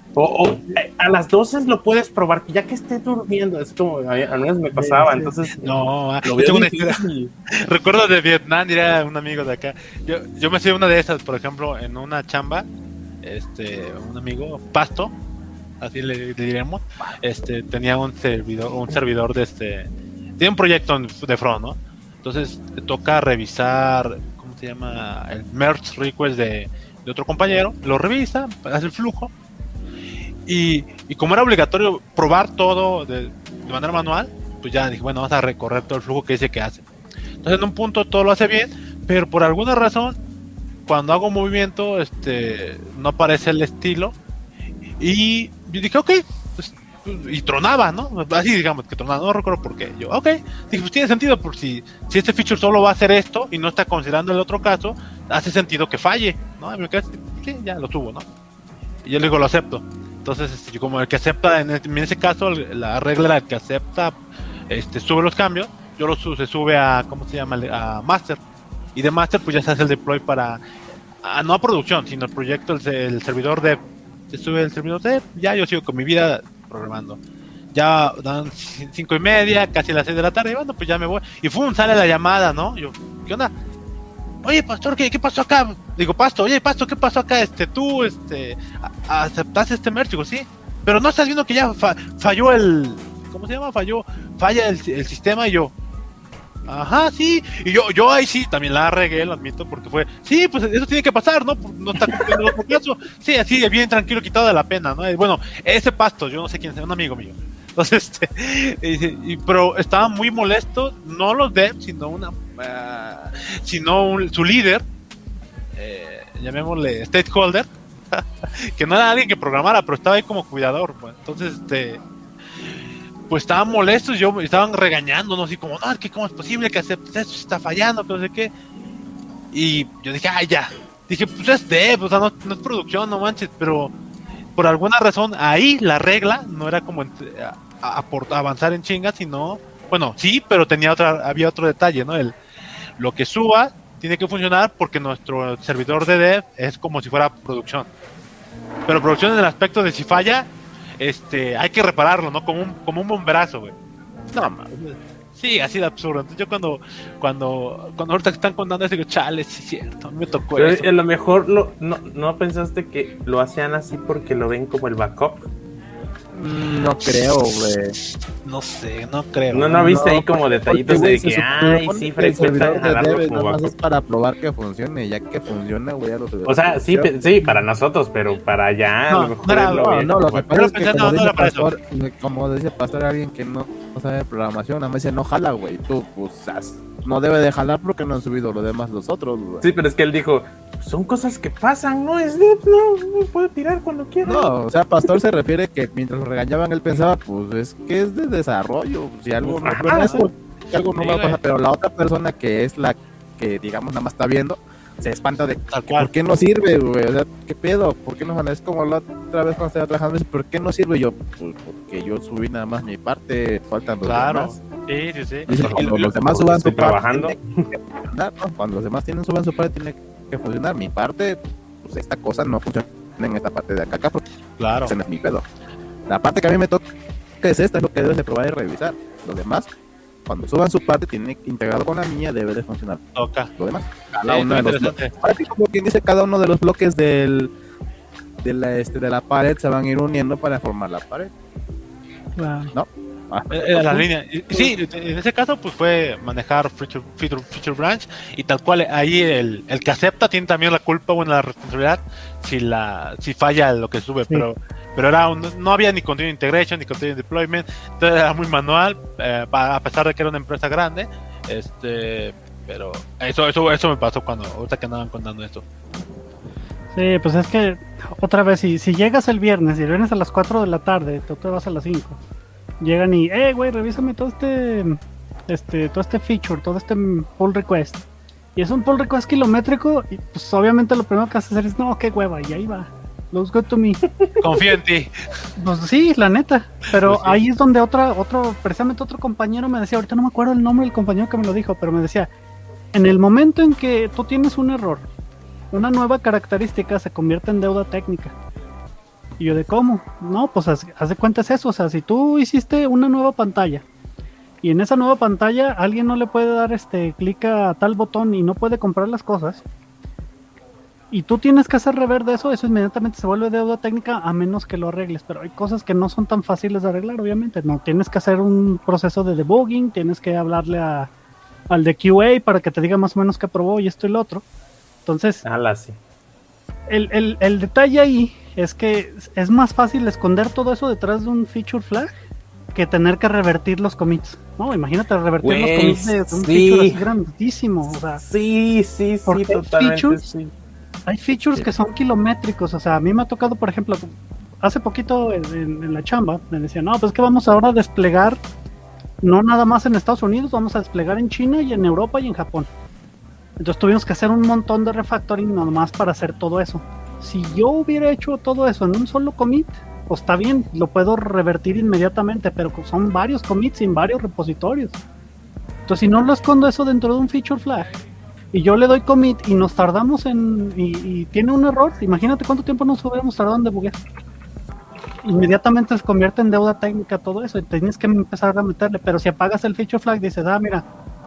O, o a las doce lo puedes probar, ya que esté durmiendo. Es como, a mí me pasaba, entonces... No, lo yo tengo una difícil. historia. Recuerdo de Vietnam, diría un amigo de acá. Yo, yo me hacía una de esas, por ejemplo, en una chamba, este, un amigo, Pasto, así le, le diremos, este, tenía un servidor, un servidor de este, tiene un proyecto de front, ¿no? Entonces te toca revisar, ¿cómo se llama? El merge request de, de otro compañero, lo revisa, hace el flujo. Y, y como era obligatorio probar todo de, de manera manual, pues ya dije, bueno, vamos a recorrer todo el flujo que dice que hace. Entonces en un punto todo lo hace bien, pero por alguna razón, cuando hago movimiento, este, no aparece el estilo. Y yo dije, ok, pues, y tronaba, ¿no? Así digamos que tronaba, no recuerdo por qué. Yo, ok, dije, pues tiene sentido, por si, si este feature solo va a hacer esto y no está considerando el otro caso, hace sentido que falle, ¿no? Y me quedé, sí, ya lo subo, ¿no? Y yo le digo, lo acepto. Entonces, este, yo como el que acepta, en, en ese caso, la regla era el que acepta, este, sube los cambios, yo lo su, se sube a, ¿cómo se llama? A master. Y de master, pues ya se hace el deploy para, a, no a producción, sino el proyecto, el, el servidor dev. Se sube el servidor dev, ya yo sigo con mi vida programando. Ya dan cinco y media, casi las seis de la tarde, y bueno, pues ya me voy. Y ¡fum! Sale la llamada, ¿no? Yo, ¿qué onda? Oye, pastor, ¿qué, qué pasó acá? Digo, Pasto, oye, Pasto, ¿qué pasó acá? Este, tú, este, a, aceptaste este merge, digo, sí, pero no estás viendo que ya fa, falló el, ¿cómo se llama? Falló, falla el, el sistema. Y yo, ajá, sí, y yo, yo ahí sí, también la regué, lo admito, porque fue, sí, pues eso tiene que pasar, ¿no? No está cumpliendo los procesos, sí, así, bien tranquilo, quitado de la pena, ¿no? Y bueno, ese Pasto, yo no sé quién es, un amigo mío. Entonces, este, y, y, pero estaba muy molesto, no los devs, sino una, uh, sino un, su líder, eh, llamémosle stakeholder, que no era alguien que programara, pero estaba ahí como cuidador, pues. Entonces, este, pues estaban molestos, yo estaban regañando, no así como, no, es que cómo es posible que aceptes esto, está fallando, que no sé qué. Y yo dije, ay, ya, dije, pues es dev, o sea, no, no es producción, no manches, pero por alguna razón ahí la regla no era como entre, a, a, a avanzar en chingas, sino, bueno, sí, pero tenía otra, había otro detalle, ¿no? El, lo que suba tiene que funcionar porque nuestro servidor de dev es como si fuera producción, pero producción en el aspecto de si falla, este, hay que repararlo, ¿no? Como un, como un bomberazo, güey. No, mames. Sí, así de absurdo. Entonces yo cuando, cuando, cuando ahorita están contando eso, digo, chale, sí es cierto, me tocó pero eso. A lo mejor lo, no, no pensaste que lo hacían así porque lo ven como el backup. No creo, güey. No sé, no creo. No, no viste No, ahí como detallitos porque, de güey, que, se ay, supone sí, que el servidor frecuentan de jalarlo Dev como nada más backup. es para probar que funcione, ya que funciona, güey, ya lo subiré. O sea, sí, pe- sí, para nosotros, pero para allá No, a lo mejor no era- lo No, veían no, como lo que backup. pasa es que pensé, como no, no dice era para eso. Pastor, como dice Pastor, alguien que no, no sabe programación, nada más dice no jala, güey, tú, pues, as- no debe de jalar porque no han subido lo demás los otros, güey. Sí, pero es que él dijo, son cosas que pasan, no es dev, no, no puedo tirar cuando quiera. No, o sea, Pastor se refiere que mientras lo regañaban él pensaba, pues es que es de desarrollo, si algo no, Ajá, bueno, eso, que algo no sí, va a pasar, güey. pero la otra persona que es la que, digamos, nada más está viendo, se espanta de Tal ¿por cual. qué no sirve, güey? O sea, ¿qué pedo? ¿Por qué no van? Es como la otra vez cuando estaba trabajando, me dice, ¿por qué no sirve? Y yo, pues porque yo subí nada más mi parte, faltan los Claro. demás. Sí, sí, sí. Dice, Porque cuando lo- los demás porque suban estoy su parte, trabajando. tiene que funcionar, ¿no? Cuando los demás tienen suban su parte, tiene que funcionar. Mi parte, pues esta cosa no funciona en esta parte de acá, acá porque Claro. ese no es mi pedo. La parte que a mí me toca es esta, es lo que debes de probar y revisar. Los demás, cuando suban su parte, tiene que integrado con la mía, debe de funcionar. Toca. Lo demás, cada Sí, uno de muy los interesante. bloques, así como quien dice, cada uno de los bloques del de la este de la pared se van a ir uniendo para formar la pared. Claro. Ah, Era la línea. Y- Sí, en ese caso, pues fue manejar feature, feature, feature branch y tal cual. Ahí el, el que acepta tiene también la culpa o la responsabilidad si la si falla lo que sube, Sí. pero pero era un- no había ni continuous integration ni continuous deployment, entonces era muy manual, eh, pa- a pesar de que era una empresa grande, este, pero eso eso eso me pasó cuando ahorita que andaban contando esto. Sí, pues es que otra vez, si, si llegas el viernes y el viernes a las cuatro de la tarde, tú te vas a las cinco, llegan y, eh, güey, revísame todo este, este, todo este feature, todo este pull request. Y es un pull request kilométrico y pues obviamente lo primero que vas a hacer es, no, qué hueva, y ahí va. Looks good to me. Confío en ti. Pues sí, la neta. Pero Pues sí. ahí es donde otra, otro, precisamente otro compañero me decía, ahorita no me acuerdo el nombre del compañero que me lo dijo, pero me decía, en el momento en que tú tienes un error, una nueva característica se convierte en deuda técnica. Y yo de cómo, no, pues haz, haz de cuenta es eso, o sea, si tú hiciste una nueva pantalla y en esa nueva pantalla alguien no le puede dar este clic a tal botón y no puede comprar las cosas, y tú tienes que hacer rever de eso, eso inmediatamente se vuelve deuda técnica a menos que lo arregles, pero hay cosas que no son tan fáciles de arreglar, obviamente, no, tienes que hacer un proceso de debugging, tienes que hablarle a, al de Q A para que te diga más o menos qué aprobó y esto y lo otro, entonces... Ala, sí. El, el, el detalle ahí es que es más fácil esconder todo eso detrás de un feature flag que tener que revertir los commits. No, imagínate revertir Wey, los commits de, de un sí. feature así grandísimo. O sea, sí, sí, sí, porque hay totalmente. features, Sí. hay features que son kilométricos. O sea, a mí me ha tocado, por ejemplo, hace poquito en, en, en la chamba, me decían, no, pues que vamos ahora a desplegar, no nada más en Estados Unidos, vamos a desplegar en China y en Europa y en Japón. Entonces tuvimos que hacer un montón de refactoring nomás para hacer todo eso. Si yo hubiera hecho todo eso en un solo commit, pues está bien, lo puedo revertir inmediatamente, pero son varios commits en varios repositorios. Entonces si no lo escondo eso dentro de un feature flag y yo le doy commit y nos tardamos en... y, y tiene un error, imagínate cuánto tiempo nos hubiéramos tardado en debuguear. Inmediatamente se convierte en deuda técnica todo eso y tienes que empezar a meterle, pero si apagas el feature flag dices, ah, mira,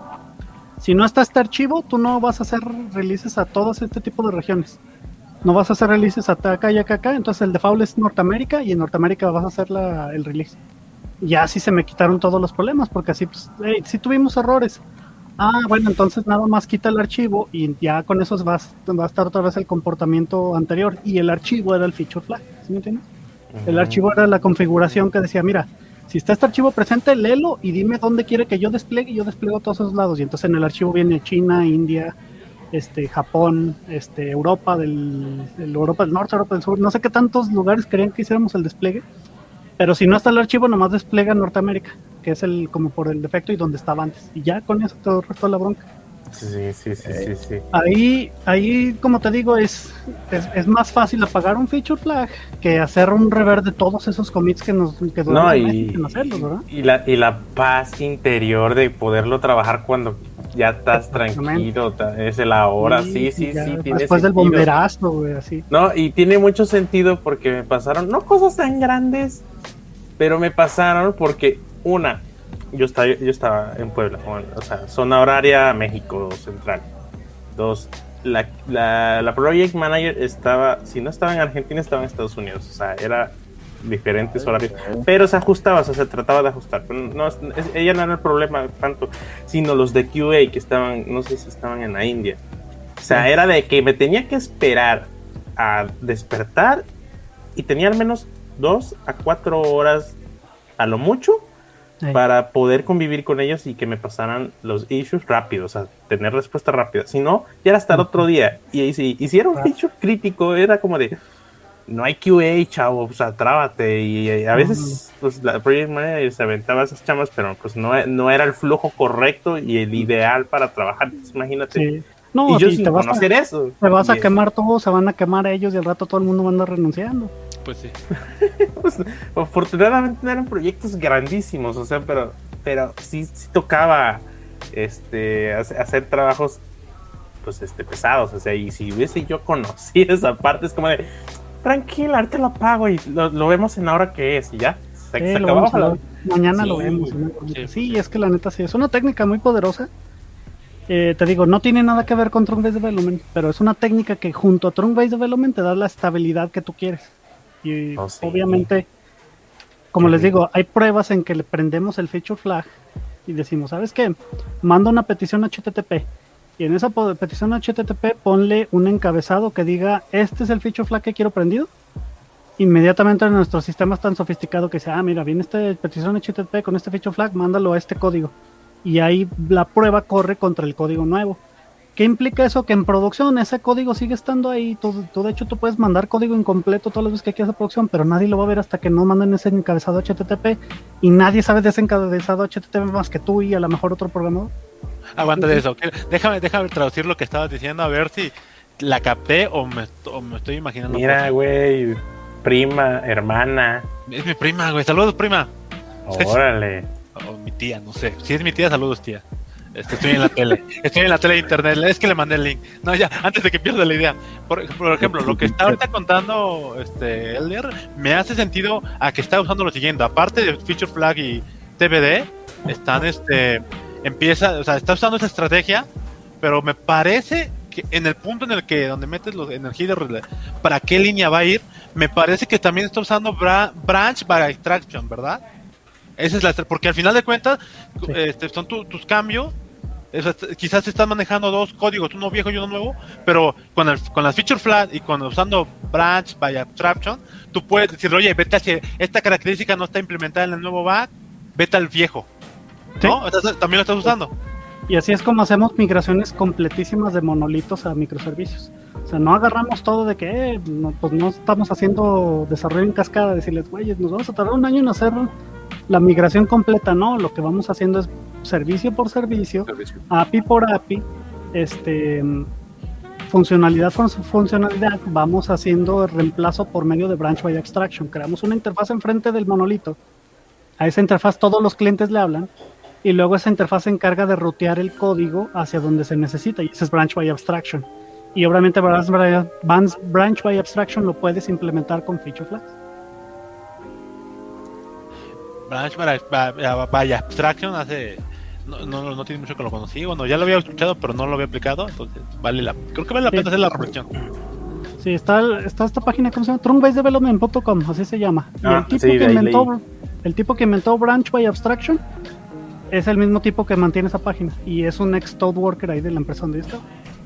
si no está este archivo, tú no vas a hacer releases a todos este tipo de regiones. No vas a hacer releases acá y acá, acá. Entonces el default es Norteamérica y en Norteamérica vas a hacer la, el release. Y así se me quitaron todos los problemas porque así, pues, hey, sí tuvimos errores. Ah, bueno, entonces nada más quita el archivo y ya con eso va, va a estar otra vez el comportamiento anterior. Y el archivo era el feature flag, ¿sí me entiendes? Uh-huh. El archivo era la configuración que decía, mira, si está este archivo presente, léelo y dime dónde quiere que yo despliegue y yo despliego a todos esos lados. Y entonces en el archivo viene China, India, este, Japón, este, Europa del, del Europa del Norte, Europa del Sur, no sé qué tantos lugares querían que hiciéramos el despliegue, pero si no está el archivo, nomás despliega Norteamérica, que es el como por el defecto y donde estaba antes. Y ya con eso todo restó la bronca. Sí, sí, sí, sí, sí. Ahí, ahí, como te digo, es, es, es más fácil apagar un feature flag que hacer un rever de todos esos commits que nos que no, y, en hacerlos, ¿verdad? Y la, y la paz interior de poderlo trabajar cuando ya estás tranquilo, es la hora, sí, sí, sí, ya, sí después tiene del sentido. bomberazo, güey, así. No, y tiene mucho sentido porque me pasaron, no cosas tan grandes, pero me pasaron porque, una, yo estaba, yo estaba en Puebla, o sea, zona horaria México Central. Dos, la, la, la project manager estaba, si no estaba en Argentina, estaba en Estados Unidos, o sea, era diferentes horarios, pero se ajustaba, o sea, se trataba de ajustar. No, es, ella no era el problema tanto, sino los de Q A que estaban, no sé si estaban en la India. O sea, era de que me tenía que esperar a despertar y tenía al menos dos a cuatro horas a lo mucho Ay. para poder convivir con ellos y que me pasaran los issues rápido, o sea, tener respuesta rápida. Si no, ya era hasta el otro día. Y si hiciera un feature crítico, era como de no hay Q A, chavo, o sea, trábate. Y a veces, pues, la project manager se aventaba esas chamas, pero pues no, no era el flujo correcto y el ideal para trabajar. Entonces, imagínate. Sí. No, y yo sin te vas conocer a, eso. Te vas a y quemar es... todo, se van a quemar ellos y al rato todo el mundo va a andar renunciando. Pues sí. Pues, afortunadamente no eran proyectos grandísimos, o sea, pero, pero sí, sí tocaba este, hacer trabajos pues este pesados, o sea, y si hubiese yo conocido esa parte, es como de tranquila, ahorita lo apago y lo, lo vemos en la hora que es y ya. Se, sí, se lo acababa vamos la... Mañana sí. lo vemos. ¿no? Sí, sí, es que la neta sí, es una técnica muy poderosa. Eh, te digo, no tiene nada que ver con Trunk-Based Development, pero es una técnica que junto a Trunk-Based Development te da la estabilidad que tú quieres. Y oh, sí. obviamente, como sí. les digo, hay pruebas en que le prendemos el feature flag y decimos, ¿sabes qué? Manda una petición H T T P y en esa petición H T T P ponle un encabezado que diga, este es el feature flag que quiero prendido. Inmediatamente en nuestro sistema es tan sofisticado que dice, ah, mira, viene esta petición H T T P con este feature flag, mándalo a este código. Y ahí la prueba corre contra el código nuevo. ¿Qué implica eso? Que en producción ese código sigue estando ahí. Tú, tú, de hecho, tú puedes mandar código incompleto todas las veces que quieras a producción, pero nadie lo va a ver hasta que no manden ese encabezado H T T P y nadie sabe de ese encabezado H T T P más que tú y a lo mejor otro programador. Aguanta de eso. Déjame, déjame traducir lo que estabas diciendo a ver si la capté o me, o me estoy imaginando. Mira, güey, prima, hermana. Es mi prima, güey. Saludos, prima. Órale. O mi tía, no sé. Si es mi tía, saludos, tía. Este, estoy en la tele, estoy en la tele de internet, es que le mandé el link. No, ya, antes de que pierda la idea. Por, por ejemplo, lo que está ahorita contando este Elder me hace sentido a que está usando lo siguiente. Aparte de Feature Flag y T B D, están este empieza, o sea, está usando esa estrategia, pero me parece que en el punto en el que donde metes los energía de para qué línea va a ir, me parece que también está usando bra, branch by extraction, ¿verdad? Esa es la, porque al final de cuentas sí. este, son tu, tus cambios. Eso, quizás estás manejando dos códigos, uno viejo y uno nuevo, pero con el, con las feature flag y con usando branch by abstraction, tú puedes decir, oye, vete hacia esta característica no está implementada en el nuevo back, vete al viejo, ¿no? ¿Sí? Entonces, también lo estás usando. Y así es como hacemos migraciones completísimas de monolitos a microservicios. O sea, no agarramos todo de que, eh, no, pues no estamos haciendo desarrollo en cascada, decirles, güey, nos vamos a tardar un año en hacer la migración completa, no, lo que vamos haciendo es servicio por servicio, servicio. A P I por A P I, este, funcionalidad por funcionalidad, vamos haciendo el reemplazo por medio de branch by abstraction. Creamos una interfaz enfrente del monolito, a esa interfaz todos los clientes le hablan, y luego esa interfaz se encarga de rutear el código hacia donde se necesita, y ese es branch by abstraction. Y obviamente branch by abstraction lo puedes implementar con feature flags. Branch by abstraction hace no, no, no tiene mucho que lo conocí, bueno, ya lo había escuchado pero no lo había aplicado, entonces vale la, creo que vale la pena sí. hacer la reflexión. Sí, está, está esta página, ¿cómo se llama? trunk based development punto com, así se llama. Ah, y el tipo sí, que inventó el tipo que inventó branch by abstraction es el mismo tipo que mantiene esa página y es un ex Toad worker ahí de la empresa donde está.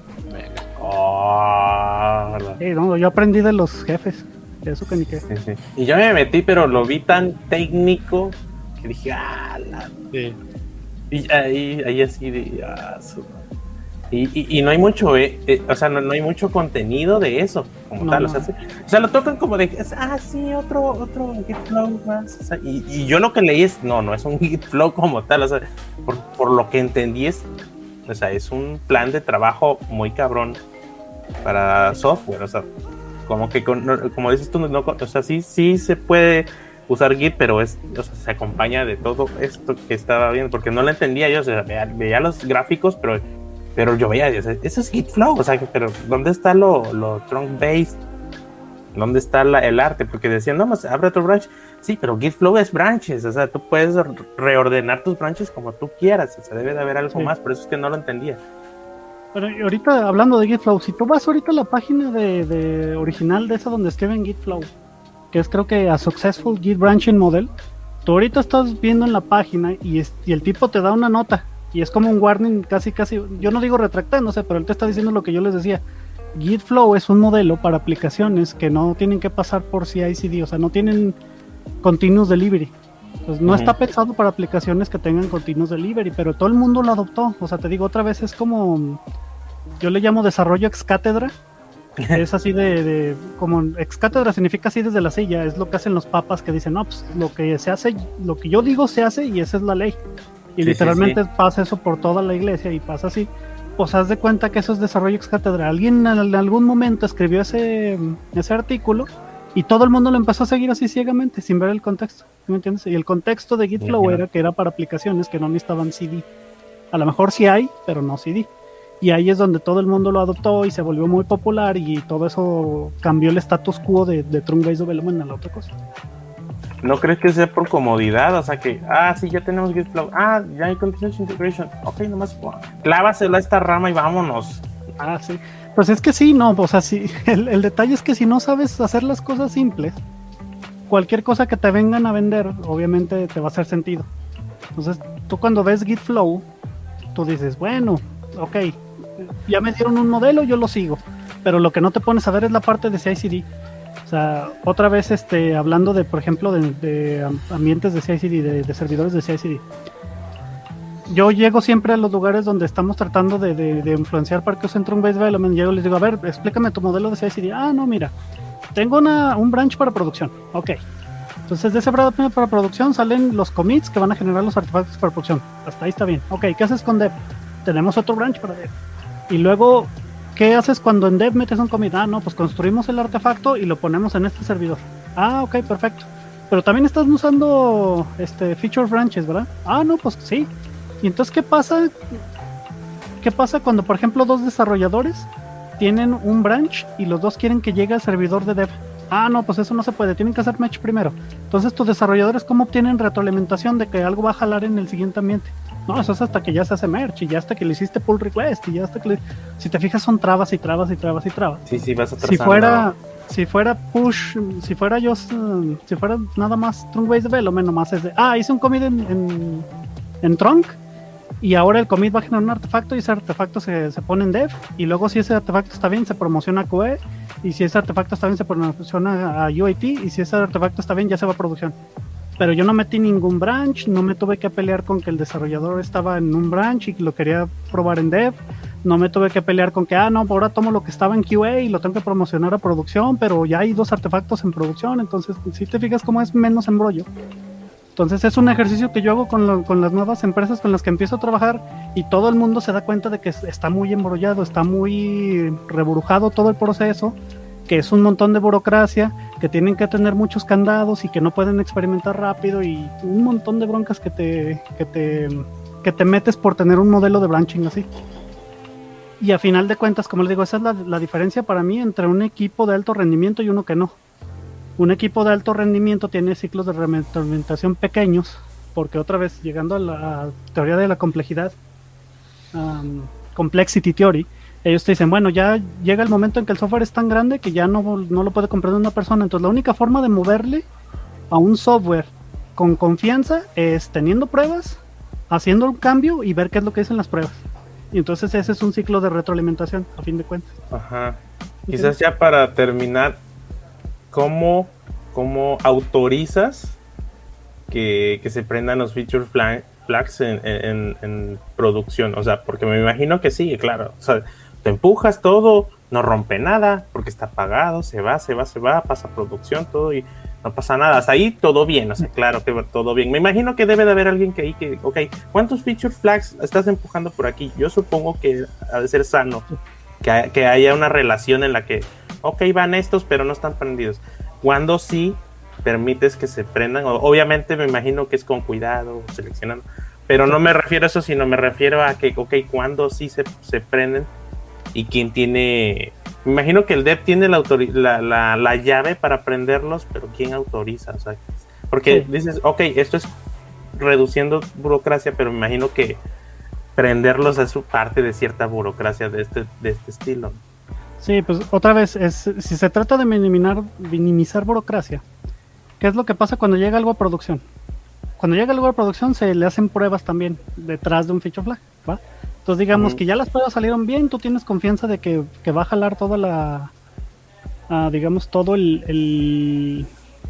Oh, sí, no, yo aprendí de los jefes. Eso que ni qué. Sí, sí. Y yo me metí, pero lo vi tan técnico que dije, ah, la... sí. Y ahí, ahí así de, ah, su... y, y, y no hay mucho, eh, eh, o sea, no, no hay mucho contenido de eso, como no, tal, no. O sea, sí, o sea, lo tocan como de, ah, sí, otro, otro Git flow más, o sea, y, y yo lo que leí es, no, no es un Git flow como tal, o sea, por, por lo que entendí es, o sea, es un plan de trabajo muy cabrón para software, o sea, como que con, no, como dices tú, no, o sea, sí, sí se puede usar Git, pero es, o sea, se acompaña de todo esto que estaba viendo, porque no lo entendía yo, o sea, veía, veía los gráficos, pero, pero yo veía, o sea, eso es Git flow, o sea, pero ¿dónde está lo, lo trunk based? ¿Dónde está la, el arte? Porque decían, no, más abre otro branch, sí, pero Git flow es branches, o sea, tú puedes reordenar tus branches como tú quieras, o sea, debe de haber algo sí. más, por eso es que no lo entendía. Pero ahorita hablando de Git flow, si tú vas ahorita a la página de, de original de esa donde escriben Git flow, que es creo que a Successful Git Branching Model, tú ahorita estás viendo en la página y, es, y el tipo te da una nota y es como un warning casi casi, yo no digo retractándose, pero él te está diciendo lo que yo les decía. Git flow es un modelo para aplicaciones que no tienen que pasar por C I C D, o sea, no tienen continuous delivery. Pues no uh-huh. está pensado para aplicaciones que tengan continuous delivery, pero todo el mundo lo adoptó. O sea, te digo otra vez, es como, yo le llamo desarrollo ex cátedra. Es así de, de, como ex cátedra significa así desde la silla, es lo que hacen los papas que dicen, no, pues lo que se hace, lo que yo digo se hace y esa es la ley. Y sí, literalmente sí, sí. pasa eso por toda la iglesia y pasa así. Pues haz de cuenta que eso es desarrollo ex cátedra. Alguien en algún momento escribió ese, ese artículo y todo el mundo lo empezó a seguir así ciegamente, sin ver el contexto, ¿me entiendes? Y el contexto de Git flow era que era para aplicaciones que no necesitaban C D. A lo mejor sí hay, pero no C D. Y ahí es donde todo el mundo lo adoptó y se volvió muy popular y todo eso cambió el status quo de, de Trunk Based Development a la otra cosa. ¿No crees que sea por comodidad? O sea que, ah, sí, ya tenemos Git flow, ah, ya hay Continuous Integration, ok, nomás clávaselo a esta rama y vámonos. Ah, sí. Pues es que sí, no, o sea, sí, el, el detalle es que si no sabes hacer las cosas simples, cualquier cosa que te vengan a vender, obviamente te va a hacer sentido. Entonces, tú cuando ves Git flow, tú dices, bueno, ok, ya me dieron un modelo, yo lo sigo, pero lo que no te pones a ver es la parte de C I C D. O sea, otra vez este, hablando de, por ejemplo, de, de ambientes de C I C D, de, de servidores de C I C D. Yo llego siempre a los lugares donde estamos tratando de, de, de influenciar para que usen Trunk Based Development. Llego y les digo, a ver, explícame tu modelo de C I C D. Ah, no, mira, tengo una, un branch para producción. Ok. Entonces, de ese branch para producción salen los commits que van a generar los artefactos para producción. Hasta ahí está bien. Ok, ¿qué haces con dev? Tenemos otro branch para dev. Y luego, ¿qué haces cuando en dev metes un commit? Ah, no, pues construimos el artefacto y lo ponemos en este servidor. Ah, ok, perfecto. Pero también estás usando este feature branches, ¿verdad? Ah, no, pues sí. Y entonces, ¿qué pasa ¿qué pasa cuando, por ejemplo, dos desarrolladores tienen un branch y los dos quieren que llegue al servidor de dev? Ah, no, pues eso no se puede, tienen que hacer match primero. Entonces, tus desarrolladores, ¿cómo obtienen retroalimentación de que algo va a jalar en el siguiente ambiente? No, eso es hasta que ya se hace merge y ya hasta que le hiciste pull request y ya hasta que le... Si te fijas, son trabas y trabas y trabas y trabas. Sí, sí, vas atrasando. Si fuera, si fuera push, si fuera yo, uh, si fuera nada más trunk based development, nomás es de, ah, hice un commit en, en, en trunk y ahora el commit va a generar un artefacto y ese artefacto se, se pone en dev y luego si ese artefacto está bien se promociona a Q E y si ese artefacto está bien se promociona a U A T y si ese artefacto está bien ya se va a producción. Pero yo no metí ningún branch, no me tuve que pelear con que el desarrollador estaba en un branch y lo quería probar en dev, no me tuve que pelear con que, ah, no, ahora tomo lo que estaba en Q A y lo tengo que promocionar a producción, pero ya hay dos artefactos en producción, entonces si te fijas cómo es menos embrollo. Entonces es un ejercicio que yo hago con, lo, con las nuevas empresas con las que empiezo a trabajar y todo el mundo se da cuenta de que está muy embrollado, está muy reburujado todo el proceso, que es un montón de burocracia, que tienen que tener muchos candados y que no pueden experimentar rápido y un montón de broncas que te, que te, que te metes por tener un modelo de branching así. Y a final de cuentas, como les digo, esa es la, la diferencia para mí entre un equipo de alto rendimiento y uno que no. Un equipo de alto rendimiento tiene ciclos de retroalimentación pequeños, porque otra vez, llegando a la teoría de la complejidad, um, complexity theory, ellos te dicen, bueno, ya llega el momento en que el software es tan grande que ya no, no lo puede comprender una persona, entonces la única forma de moverle a un software con confianza es teniendo pruebas, haciendo un cambio y ver qué es lo que dicen las pruebas. Y entonces ese es un ciclo de retroalimentación, a fin de cuentas. Ajá. Quizás ya para terminar, ¿cómo, cómo autorizas que, que se prendan los feature flag, flags en, en, en producción? O sea, porque me imagino que sí, claro. O sea, te empujas todo, no rompe nada, porque está apagado, se va, se va, se va, pasa producción, todo y no pasa nada. Hasta ahí todo bien, o sea, claro que todo bien. Me imagino que debe de haber alguien que ahí que, ok, ¿cuántos feature flags estás empujando por aquí? Yo supongo que ha de ser sano, que, que haya una relación en la que, ok, van estos, pero no están prendidos. Cuando sí permites que se prendan, obviamente me imagino que es con cuidado, seleccionando, pero no me refiero a eso, sino me refiero a que, ok, cuando sí se, se prenden y quién tiene, me imagino que el dev tiene la, autori- la, la, la llave para prenderlos, pero quién autoriza, o sea, porque sí. Dices, ok, esto es reduciendo burocracia, pero me imagino que prenderlos es parte de cierta burocracia de este, de este estilo. Sí, pues otra vez, es, si se trata de minimizar, minimizar burocracia, ¿qué es lo que pasa cuando llega algo a producción? Cuando llega algo a producción se le hacen pruebas también detrás de un feature flag, ¿va? Entonces digamos uh-huh. que ya las pruebas salieron bien, tú tienes confianza de que, que va a jalar toda la, uh, digamos, todo el, el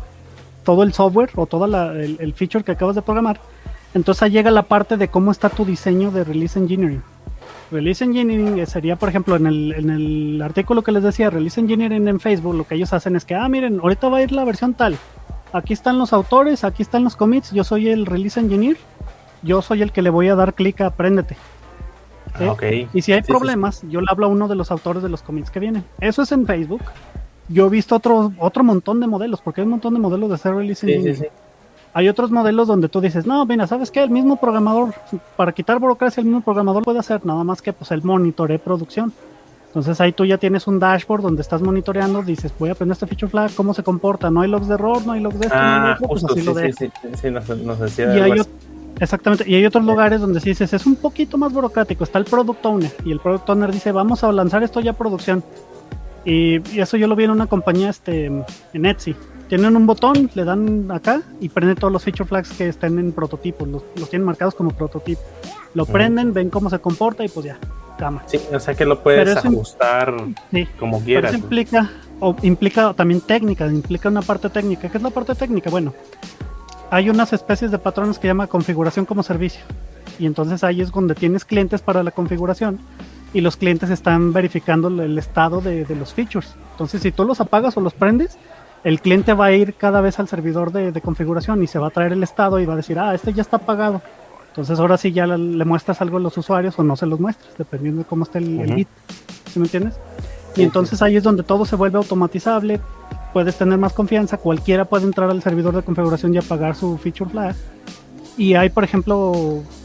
todo el software o todo la, el, el feature que acabas de programar. Entonces ahí llega la parte de cómo está tu diseño de Release Engineering. Release Engineering sería, por ejemplo, en el, en el artículo que les decía, Release Engineering en Facebook, lo que ellos hacen es que, ah, miren, ahorita va a ir la versión tal, aquí están los autores, aquí están los commits, yo soy el Release Engineer, yo soy el que le voy a dar clic a apréndete. ¿Sí? Okay. Y si hay sí, problemas, sí, sí. yo le hablo a uno de los autores de los commits que vienen. Eso es en Facebook. Yo he visto otro, otro montón de modelos, porque hay un montón de modelos de hacer Release Engineering. Sí, sí, sí. Hay otros modelos donde tú dices, no, mira, ¿sabes qué? El mismo programador, para quitar burocracia, el mismo programador puede hacer, nada más que pues el monitoree producción. Entonces ahí tú ya tienes un dashboard donde estás monitoreando, dices, voy a aprender este feature flag, cómo se comporta, no hay logs de error, no hay logs de esto, ah, no hay logs, justo, pues así sí, lo sí, dejo. sí, sí, sí, nos, nos decía y hay o- Exactamente, y hay otros lugares donde sí dices, es un poquito más burocrático, está el product owner, y el product owner dice, vamos a lanzar esto ya a producción. Y, y eso yo lo vi en una compañía este, en Etsy. Tienen un botón, le dan acá y prende todos los feature flags que estén en prototipo, los, los tienen marcados como prototipo. Lo prenden, ven cómo se comporta y pues ya, cama. Sí, o sea que lo puedes ajustar sí, como quieras. Pero eso implica, o implica también técnica, implica una parte técnica. ¿Qué es la parte técnica? Bueno, hay unas especies de patrones que llama configuración como servicio. Y entonces ahí es donde tienes clientes para la configuración y los clientes están verificando el estado de, de los features. Entonces si tú los apagas o los prendes, el cliente va a ir cada vez al servidor de, de configuración y se va a traer el estado y va a decir, ah, este ya está apagado. Entonces ahora sí ya le, le muestras algo a los usuarios o no se los muestras, dependiendo de cómo esté el, uh-huh. el Git. ¿Sí me entiendes? Y entonces ahí es donde todo se vuelve automatizable, puedes tener más confianza, cualquiera puede entrar al servidor de configuración y apagar su feature flag. Y hay, por ejemplo,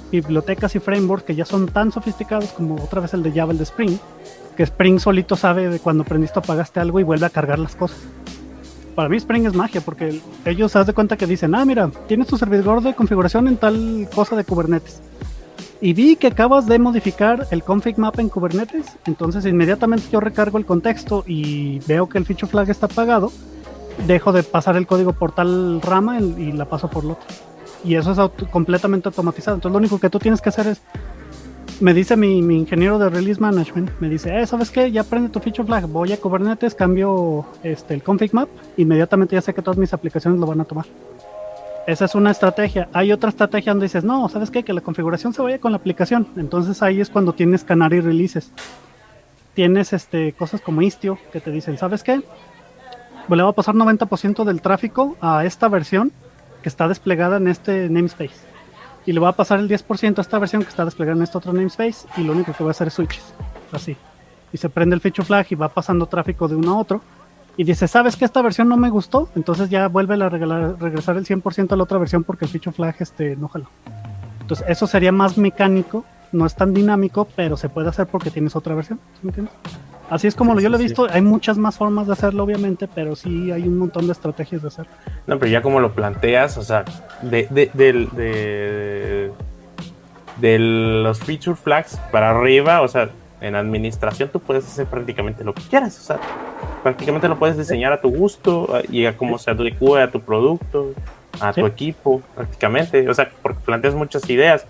bibliotecas y frameworks que ya son tan sofisticados como otra vez el de Java, el de Spring, que Spring solito sabe de cuando prendiste o apagaste algo y vuelve a cargar las cosas. Para mí Spring es magia, porque ellos se dan de cuenta que dicen, ah, mira, tienes tu servidor de configuración en tal cosa de Kubernetes. Y vi que acabas de modificar el config map en Kubernetes, entonces inmediatamente yo recargo el contexto y veo que el feature flag está apagado, dejo de pasar el código por tal rama y la paso por lo otro. Y eso es auto- completamente automatizado. Entonces lo único que tú tienes que hacer es, me dice mi, mi ingeniero de Release Management, me dice, eh, ¿sabes qué? Ya prende tu feature flag, voy a Kubernetes, cambio este, el config map, inmediatamente ya sé que todas mis aplicaciones lo van a tomar. Esa es una estrategia. Hay otra estrategia donde dices, no, ¿sabes qué? Que la configuración se vaya con la aplicación. Entonces ahí es cuando tienes canary releases. Tienes este, cosas como Istio que te dicen, ¿sabes qué? Pues le va a pasar noventa por ciento del tráfico a esta versión que está desplegada en este namespace. Y le va a pasar el diez por ciento a esta versión que está desplegada en este otro namespace. Y lo único que va a hacer es switches. Así. Y se prende el feature flag y va pasando tráfico de uno a otro. Y dice, ¿sabes que esta versión no me gustó? Entonces ya vuelve a regalar, regresar el cien por ciento a la otra versión porque el feature flag este, no jaló. Entonces eso sería más mecánico, no es tan dinámico, pero se puede hacer porque tienes otra versión. ¿Sí me entiendes? Así es como Sí, yo sí, lo he sí. visto. Hay muchas más formas de hacerlo, obviamente, pero sí hay un montón de estrategias de hacerlo. No, pero ya como lo planteas, o sea, de, de, de, de, de los feature flags para arriba, o sea, en administración tú puedes hacer prácticamente lo que quieras, o sea, prácticamente lo puedes diseñar a tu gusto y a cómo se adecue a tu producto, a Sí. tu equipo, prácticamente, o sea, porque planteas muchas ideas.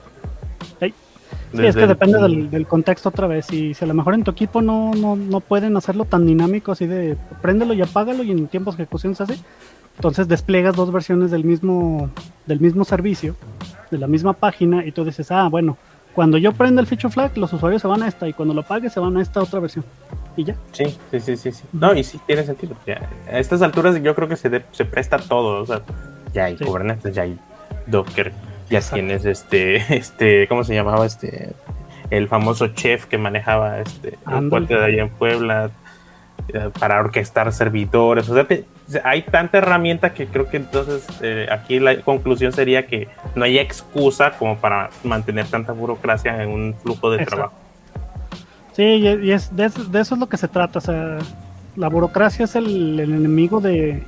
Sí. Sí, Desde es que el- depende del, del contexto otra vez. Y si a lo mejor en tu equipo no, no, no pueden hacerlo tan dinámico, así de préndelo y apágalo y en tiempos de ejecución se hace, entonces despliegas dos versiones del mismo, del mismo servicio, de la misma página, y tú dices, ah, bueno, cuando yo prenda el feature flag, los usuarios se van a esta, y cuando lo apague se van a esta otra versión. Y ya. Sí, sí, sí, sí, sí. No, y sí tiene sentido. Ya, a estas alturas yo creo que se, de- se presta todo. O sea, ya hay Sí. Kubernetes, ya hay Docker, ya Exacto. tienes este, este, ¿cómo se llamaba este? El famoso chef que manejaba este un Ándale. cuarto de allá en Puebla eh, para orquestar servidores. O sea, te- hay tanta herramienta que creo que entonces eh, aquí la conclusión sería que no hay excusa como para mantener tanta burocracia en un flujo de Exacto. trabajo. Sí, y y es, de, eso, de eso es lo que se trata. O sea, la burocracia es el, el enemigo de,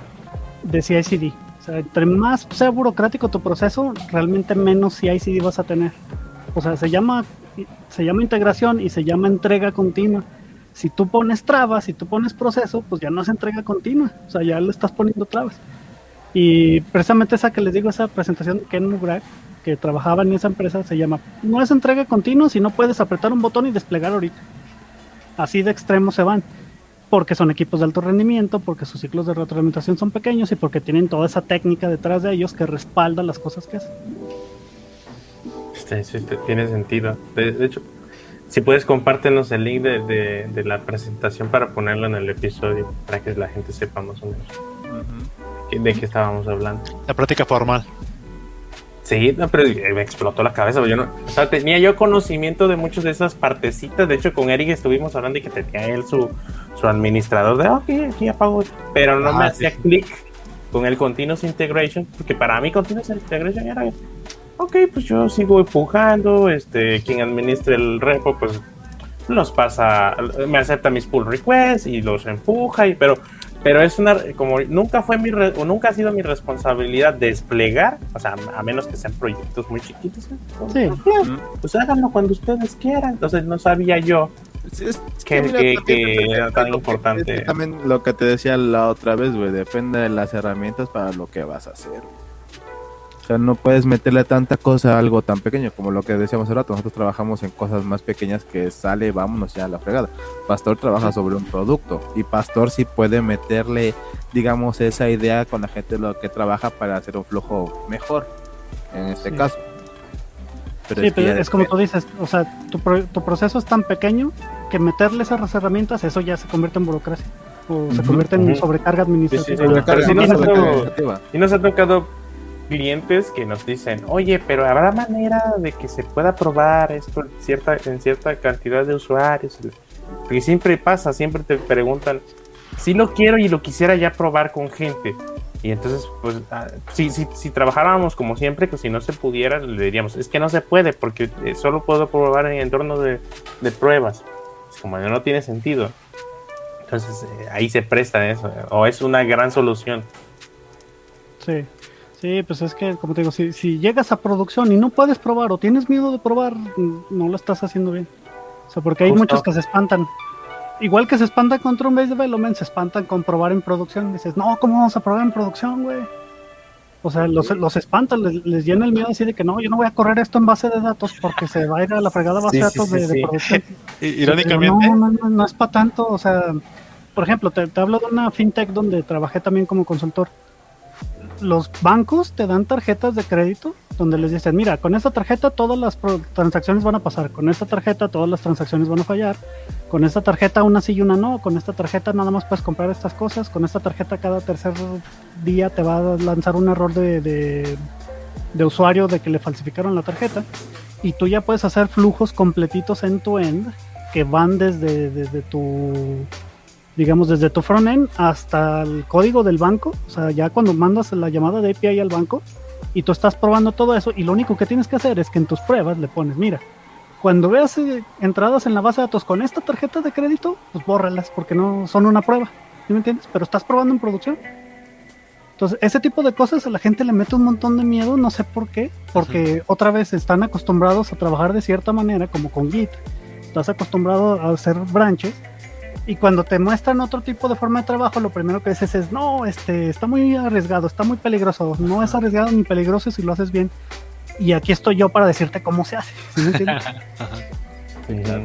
de C I C D. O sea, entre más sea burocrático tu proceso, realmente menos C I C D vas a tener. O sea, se llama, se llama integración y se llama entrega continua. Si tú pones trabas, si tú pones proceso, pues ya no es entrega continua. O sea, ya le estás poniendo trabas. Y precisamente esa que les digo, esa presentación de Ken Mugrag, que trabajaba en esa empresa, se llama, no es entrega continua si no puedes apretar un botón y desplegar ahorita. Así de extremo se van, porque son equipos de alto rendimiento, porque sus ciclos de retroalimentación son pequeños y porque tienen toda esa técnica detrás de ellos que respalda las cosas que hacen. Sí, sí, sí, tiene sentido. De, de hecho, si puedes, compártenos el link de, de, de la presentación para ponerlo en el episodio, para que la gente sepa más o menos qué- de qué estábamos hablando. La práctica formal. Sí, no, pero me explotó la cabeza. Yo no, o sea, tenía yo conocimiento de muchas de esas partecitas. De hecho, con Eric estuvimos hablando y que tenía él su, su administrador de, ok, aquí apago. Pero no Ah, me sí. hacía clic con el Continuous Integration, porque para mí Continuous Integration era, ok, pues yo sigo empujando, este, quien administre el repo, pues los pasa, me acepta mis pull requests y los empuja, y, pero, pero es una, como nunca fue mi, re, o nunca ha sido mi responsabilidad desplegar, o sea, a menos que sean proyectos muy chiquitos, ¿eh? Sí. Pues, pues háganlo cuando ustedes quieran. Entonces no sabía yo Sí, es que, mira, que, también que depende era de tan lo que- importante. es también lo que te decía la otra vez, güey, depende de las herramientas para lo que vas a hacer. O sea, no puedes meterle tanta cosa a algo tan pequeño como lo que decíamos hace rato. Nosotros trabajamos en cosas más pequeñas que sale, vámonos ya a la fregada. Pastor trabaja sobre un producto y Pastor sí puede meterle, digamos, esa idea con la gente lo que trabaja para hacer un flujo mejor, en este Sí. caso. Pero Sí, es que pero ya es como depende. tú dices, o sea, tu, pro- tu proceso es tan pequeño que meterle esas herramientas, eso ya se convierte en burocracia. O se Ujú, convierte en ujú. sobrecarga administrativa. Sí, sí, sí. Sobrecarga, Pero sí no nos ha sobrecarga tocado- administrativa. Y nos ha tocado clientes que nos dicen, oye, pero habrá manera de que se pueda probar esto en cierta, en cierta cantidad de usuarios. Porque siempre pasa, siempre te preguntan, si lo quiero y lo quisiera ya probar con gente. Y entonces, pues, ah, si, si, si trabajáramos como siempre, que si no se pudiera, le diríamos, es que no se puede, porque eh, solo puedo probar en entorno de, de pruebas. Es como no tiene sentido. Entonces, eh, ahí se presta eso, o es una gran solución. Sí, sí, pues es que, como te digo, si, si llegas a producción y no puedes probar o tienes miedo de probar, no lo estás haciendo bien. O sea, porque hay Justo. muchos que se espantan. Igual que se espantan con Tron Base Development, se espantan con probar en producción. Dices, no, ¿cómo vamos a probar en producción, güey? O sea, los, los espantan, les, les llena el miedo así de que no, yo no voy a correr esto en base de datos porque se va a ir a la fregada base Sí, de sí, datos sí, de, de sí. producción. Irónicamente, No, no, no, no es para tanto. O sea, por ejemplo, te, te hablo de una fintech donde trabajé también como consultor. Los bancos te dan tarjetas de crédito donde les dicen, mira, con esta tarjeta todas las pro- transacciones van a pasar, con esta tarjeta todas las transacciones van a fallar, con esta tarjeta una sí y una no, con esta tarjeta nada más puedes comprar estas cosas, con esta tarjeta cada tercer día te va a lanzar un error de, de, de usuario de que le falsificaron la tarjeta, y tú ya puedes hacer flujos completitos end-to-end que van desde, desde tu... digamos, desde tu frontend hasta el código del banco. O sea, ya cuando mandas la llamada de A P I al banco y tú estás probando todo eso, y lo único que tienes que hacer es que en tus pruebas le pones, mira, cuando veas eh, entradas en la base de datos con esta tarjeta de crédito, pues bórralas porque no son una prueba, ¿sí me entiendes? Pero estás probando en producción. Entonces, ese tipo de cosas a la gente le mete un montón de miedo, no sé por qué, porque uh-huh. otra vez están acostumbrados a trabajar de cierta manera, como con Git, estás acostumbrado a hacer branches. Y cuando te muestran otro tipo de forma de trabajo, lo primero que dices es, no, este, está muy arriesgado, está muy peligroso. No es arriesgado ni peligroso si lo haces bien. Y aquí estoy yo para decirte cómo se hace. ¿Sí me entiendes? Sí, claro.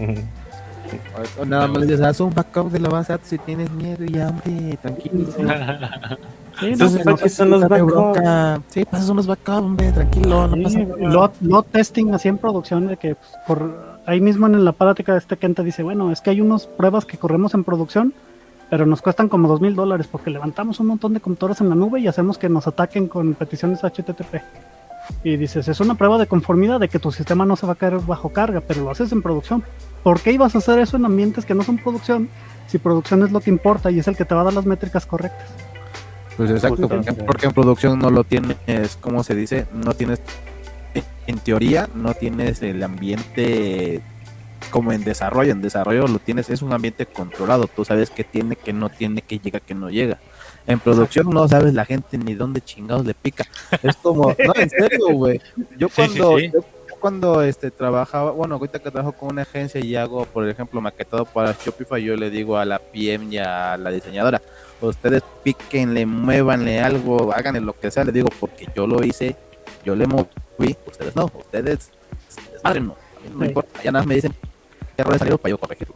O nada más le dices, haz un backup de la base de datos si tienes miedo y hambre, tranquilo. Sí, sí, entonces, ¿para qué son los backups? Sí, pasas unos backups, hombre, tranquilo, no sí, pasa nada. Load, load testing así en producción, de que pues, por... ahí mismo en la plática de este Kenta dice, bueno, es que hay unas pruebas que corremos en producción, pero nos cuestan como dos mil dólares porque levantamos un montón de computadoras en la nube y hacemos que nos ataquen con peticiones H T T P. Y dices, es una prueba de conformidad de que tu sistema no se va a caer bajo carga, pero lo haces en producción. ¿Por qué ibas a hacer eso en ambientes que no son producción si producción es lo que importa y es el que te va a dar las métricas correctas? Pues exacto, porque, porque en producción no lo tienes, ¿cómo se dice? No tienes... En teoría no tienes el ambiente como en desarrollo. En desarrollo lo tienes, es un ambiente controlado. Tú sabes qué tiene, qué no tiene, qué llega, qué no llega. En producción no sabes la gente ni dónde chingados le pica. Es como, no, en serio, güey. Yo cuando, sí, sí, sí. Yo, yo cuando este trabajaba, bueno, ahorita que trabajo con una agencia y hago, por ejemplo, maquetado para Shopify, yo le digo a la P M y a la diseñadora, ustedes píquenle, muévanle algo, háganle lo que sea, le digo, porque yo lo hice, yo le moví, ustedes no, ustedes desmadren, no, a mí no me sí. importa, ya nada más me dicen qué errores salieron para yo corregirlo.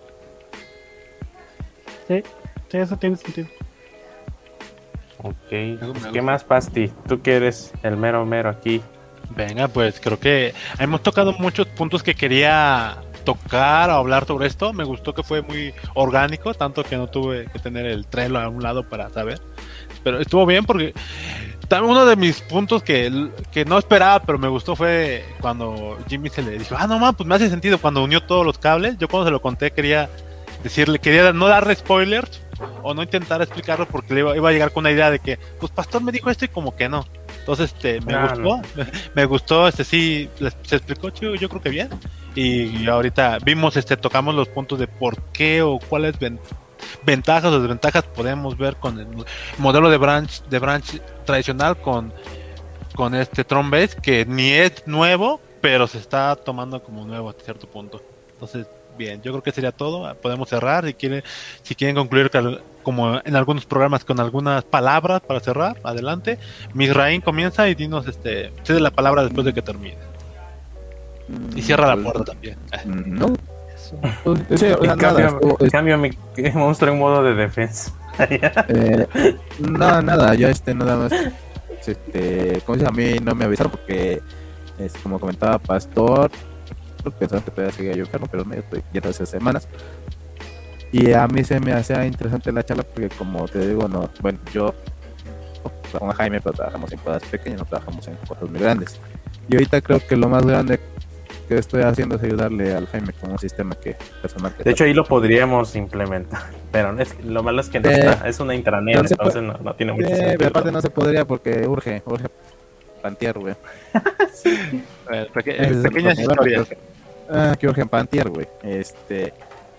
Sí, sí, eso tiene sentido. Ok, pues, ¿qué más, Pasti? Tú que eres el mero mero aquí. Venga, pues creo que hemos tocado muchos puntos que quería tocar o hablar sobre esto. Me gustó que fue muy orgánico, tanto que no tuve que tener el Trello a un lado para saber. Pero estuvo bien porque también uno de mis puntos que, que no esperaba, pero me gustó fue cuando Jimmy se le dijo, ah, no, man, pues me hace sentido cuando unió todos los cables. Yo cuando se lo conté quería decirle, quería no darle spoilers o no intentar explicarlo porque le iba, iba a llegar con una idea de que, pues Pastor me dijo esto y como que no. Entonces, este, me no, gustó, no. Me, me gustó, este, sí, se explicó, chido, yo creo que bien. Y, y ahorita vimos, este, tocamos los puntos de por qué o cuáles ven, ventajas o desventajas podemos ver con el modelo de branch, de branch tradicional con, con este Tron Base, que ni es nuevo, pero se está tomando como nuevo a cierto punto. Entonces, bien, yo creo que sería todo. Podemos cerrar si quieren, si quieren concluir como en algunos programas con algunas palabras para cerrar, adelante. Misraín comienza y dinos, este, cede la palabra después de que termine. Y cierra la puerta también. No. Sí, sí, en cambio, en cambio mi monstruo en modo de defensa. eh, no, nada, yo este nada más, este, como dice, a mí no me avisaron porque, es como comentaba Pastor, pensaban que todavía seguía yo enfermo, pero me estoy yendo hace semanas. Y a mí se me hacía interesante la charla porque, como te digo, no, bueno, yo con Jaime pero trabajamos en cosas pequeñas, no trabajamos en cosas muy grandes. Y ahorita creo que lo más grande que estoy haciendo es ayudarle al Jaime con un sistema que personal. Que de hecho, ahí lo podríamos implementar, pero es, lo malo es que no eh, está, es una intranet, no entonces puede, no, no tiene mucho eh, sentido. pero aparte no se podría porque urge, urge pantear, güey. Sí. Eh, peque eh, pequeñas historias. Ah, que urge pantear, güey. Este...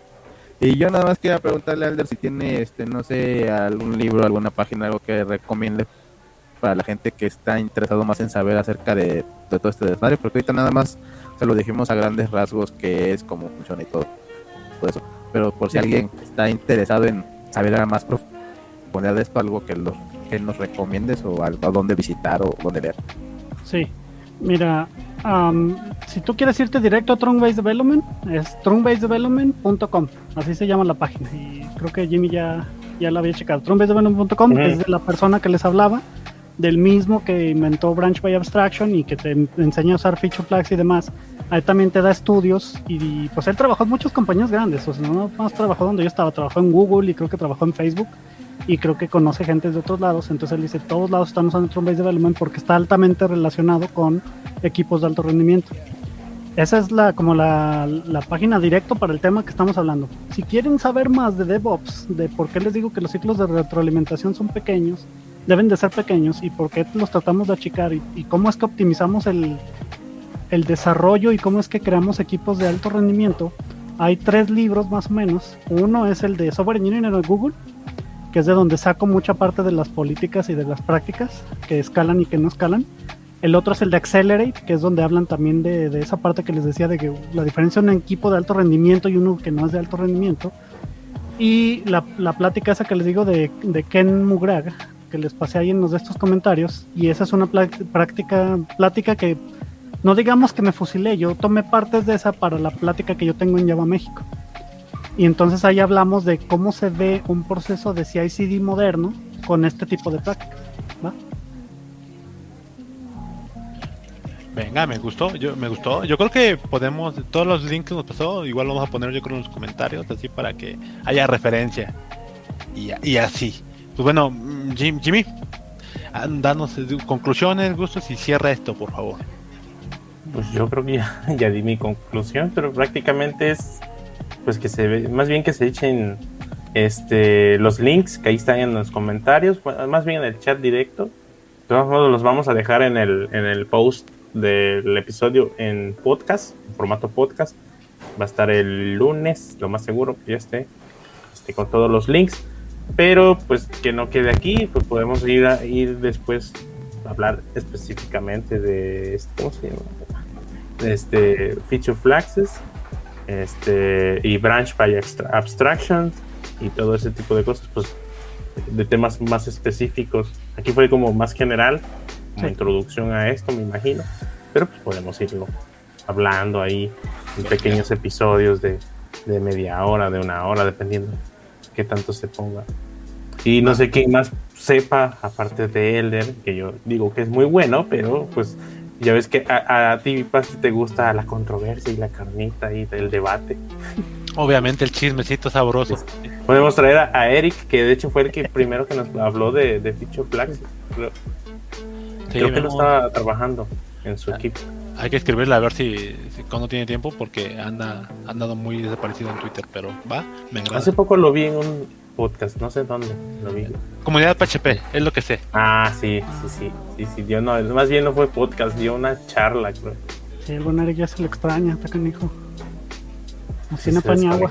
Y yo nada más quería preguntarle a Alder si tiene, este, no sé, algún libro, alguna página, algo que recomiende para la gente que está interesado más en saber acerca de, de todo este desmadre, porque ahorita nada más se lo dijimos a grandes rasgos que es, cómo funciona y todo, todo eso. Pero por si alguien está interesado en saber a más profundidad de esto, algo que, lo, que nos recomiendes o algo a dónde visitar o dónde ver. Sí, mira, um, si tú quieres irte directo a Trunk Based Development, es trunk based development punto com, así se llama la página, y creo que Jimmy ya, ya la había checado. trunk based development punto com uh-huh. es de la persona que les hablaba, del mismo que inventó Branch by Abstraction y que te enseña a usar feature flags y demás. Ahí también te da estudios y, y pues él trabajó en muchas compañías grandes, o sea, no más trabajó donde yo estaba, trabajó en Google y creo que trabajó en Facebook y creo que conoce gente de otros lados. Entonces él dice, todos lados están usando Trunk Based Development porque está altamente relacionado con equipos de alto rendimiento. Esa es la como la, la página directo para el tema que estamos hablando. Si quieren saber más de DevOps, de por qué les digo que los ciclos de retroalimentación son pequeños, deben de ser pequeños, y por qué los tratamos de achicar, y, y cómo es que optimizamos el, el desarrollo y cómo es que creamos equipos de alto rendimiento, hay tres libros más o menos. Uno es el de Software Engineering en Google, que es de donde saco mucha parte de las políticas y de las prácticas que escalan y que no escalan. El otro es el de Accelerate, que es donde hablan también de, de esa parte que les decía, de que la diferencia de un equipo de alto rendimiento y uno que no es de alto rendimiento. Y la, la plática esa que les digo de, de Ken Mugrag, que les pasé ahí en los de estos comentarios, y esa es una práctica, plática que no digamos que me fusilé, yo tomé partes de esa para la plática que yo tengo en Java México. Y entonces ahí hablamos de cómo se ve un proceso de C I C D moderno con este tipo de práctica, ¿va? Venga, me gustó, yo me gustó. Yo creo que podemos, todos los links que nos pasó, igual lo vamos a poner yo creo en los comentarios, así para que haya referencia. Y, y así. Pues bueno, Jim, Jimmy, danos conclusiones, gustos y cierra esto, por favor. Pues yo creo que ya, ya di mi conclusión, pero prácticamente es pues que se ve, más bien que se echen este los links que ahí están en los comentarios, más bien en el chat directo. De todos modos los vamos a dejar en el, en el post del episodio en podcast, en formato podcast. Va a estar el lunes, lo más seguro que ya esté, esté con todos los links. Pero pues que no quede aquí, pues podemos ir a ir después a hablar específicamente de este, ¿cómo se llama? Este feature flags, este y branch by abstraction y todo ese tipo de cosas, pues de temas más específicos. Aquí fue como más general, como sí. Introducción a esto, me imagino, pero pues podemos irlo hablando ahí en pequeños episodios de, de media hora, de una hora, dependiendo qué tanto se ponga. Y no sé quién más sepa, aparte de Elder, que yo digo que es muy bueno, pero pues ya ves que a, a ti, Pasti, te gusta la controversia y la carnita y el debate. Obviamente el chismecito sabroso. Sí. Podemos traer a, a Eric, que de hecho fue el que primero que nos habló de, de Feature Flags. Creo, sí, creo que no estaba trabajando en su ah, equipo. Hay que escribirle a ver si, si cuando tiene tiempo, porque anda ha andado muy desaparecido en Twitter, pero va, me agrada. Hace poco lo vi en un podcast, no sé dónde lo vi. Comunidad P H P, es lo que sé. Ah, sí, sí, sí, sí, sí, dio, no, más bien no fue podcast, dio una charla, creo. Sí, el buen Eric ya se lo extraña, está canijo. Así no paña agua.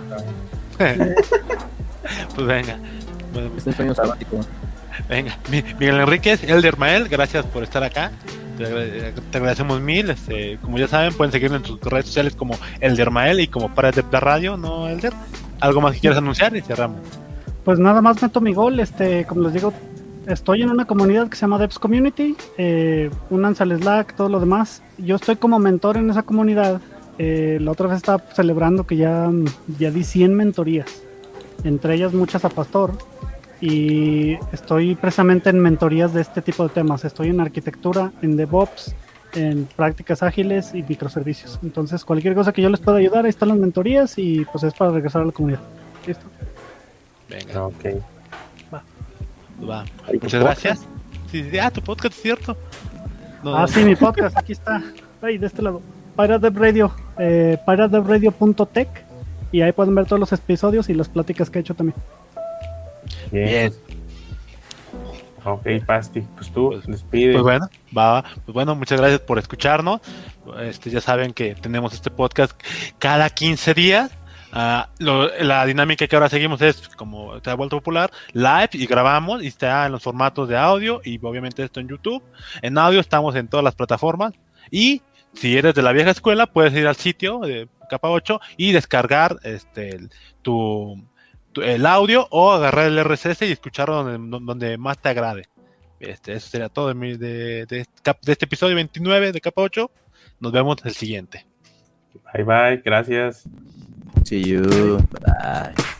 Pues venga. Bueno, este sueño sabático. Venga, Miguel Enríquez, Elder Mael, gracias por estar acá. Te, te agradecemos mil. Este, como ya saben, pueden seguirme en sus redes sociales como Elder Mael y como Para de la Radio, ¿no, Elder? ¿Algo más que quieras anunciar? Y cerramos. Pues nada más meto mi gol. Este, como les digo, estoy en una comunidad que se llama Devs Community. Eh, únanse al Slack, todo lo demás. Yo estoy como mentor en esa comunidad. Eh, la otra vez estaba celebrando que ya, ya di cien mentorías, entre ellas muchas a Pastor, y estoy precisamente en mentorías de este tipo de temas. Estoy en arquitectura, en DevOps, en prácticas ágiles y microservicios. Entonces cualquier cosa que yo les pueda ayudar, ahí están las mentorías y pues es para regresar a la comunidad. ¿Listo? Venga, ok. Va. Va. Muchas gracias. Sí, sí, ah, tu podcast, ¿cierto? No, ah, no. Sí, mi podcast, aquí está. Ahí, de este lado. Pirate Dev Radio. eh, paradebradio punto tech y ahí pueden ver todos los episodios y las pláticas que he hecho también. Bien. Bien. Ok, Pasti, pues tú Pues, despide. Pues bueno, va, pues bueno, muchas gracias por escucharnos. Este, ya saben que tenemos este podcast cada quince días. Uh, lo, la dinámica que ahora seguimos es, como se ha vuelto popular, live y grabamos y está en los formatos de audio y obviamente esto en YouTube. En audio estamos en todas las plataformas y si eres de la vieja escuela puedes ir al sitio de Capa ocho y descargar este el, tu, tu, el audio o agarrar el R S S y escucharlo donde, donde más te agrade. Este, eso sería todo de, mi, de, de, de este episodio veintinueve de Capa ocho. Nos vemos el siguiente. Bye bye, gracias. See you. Bye.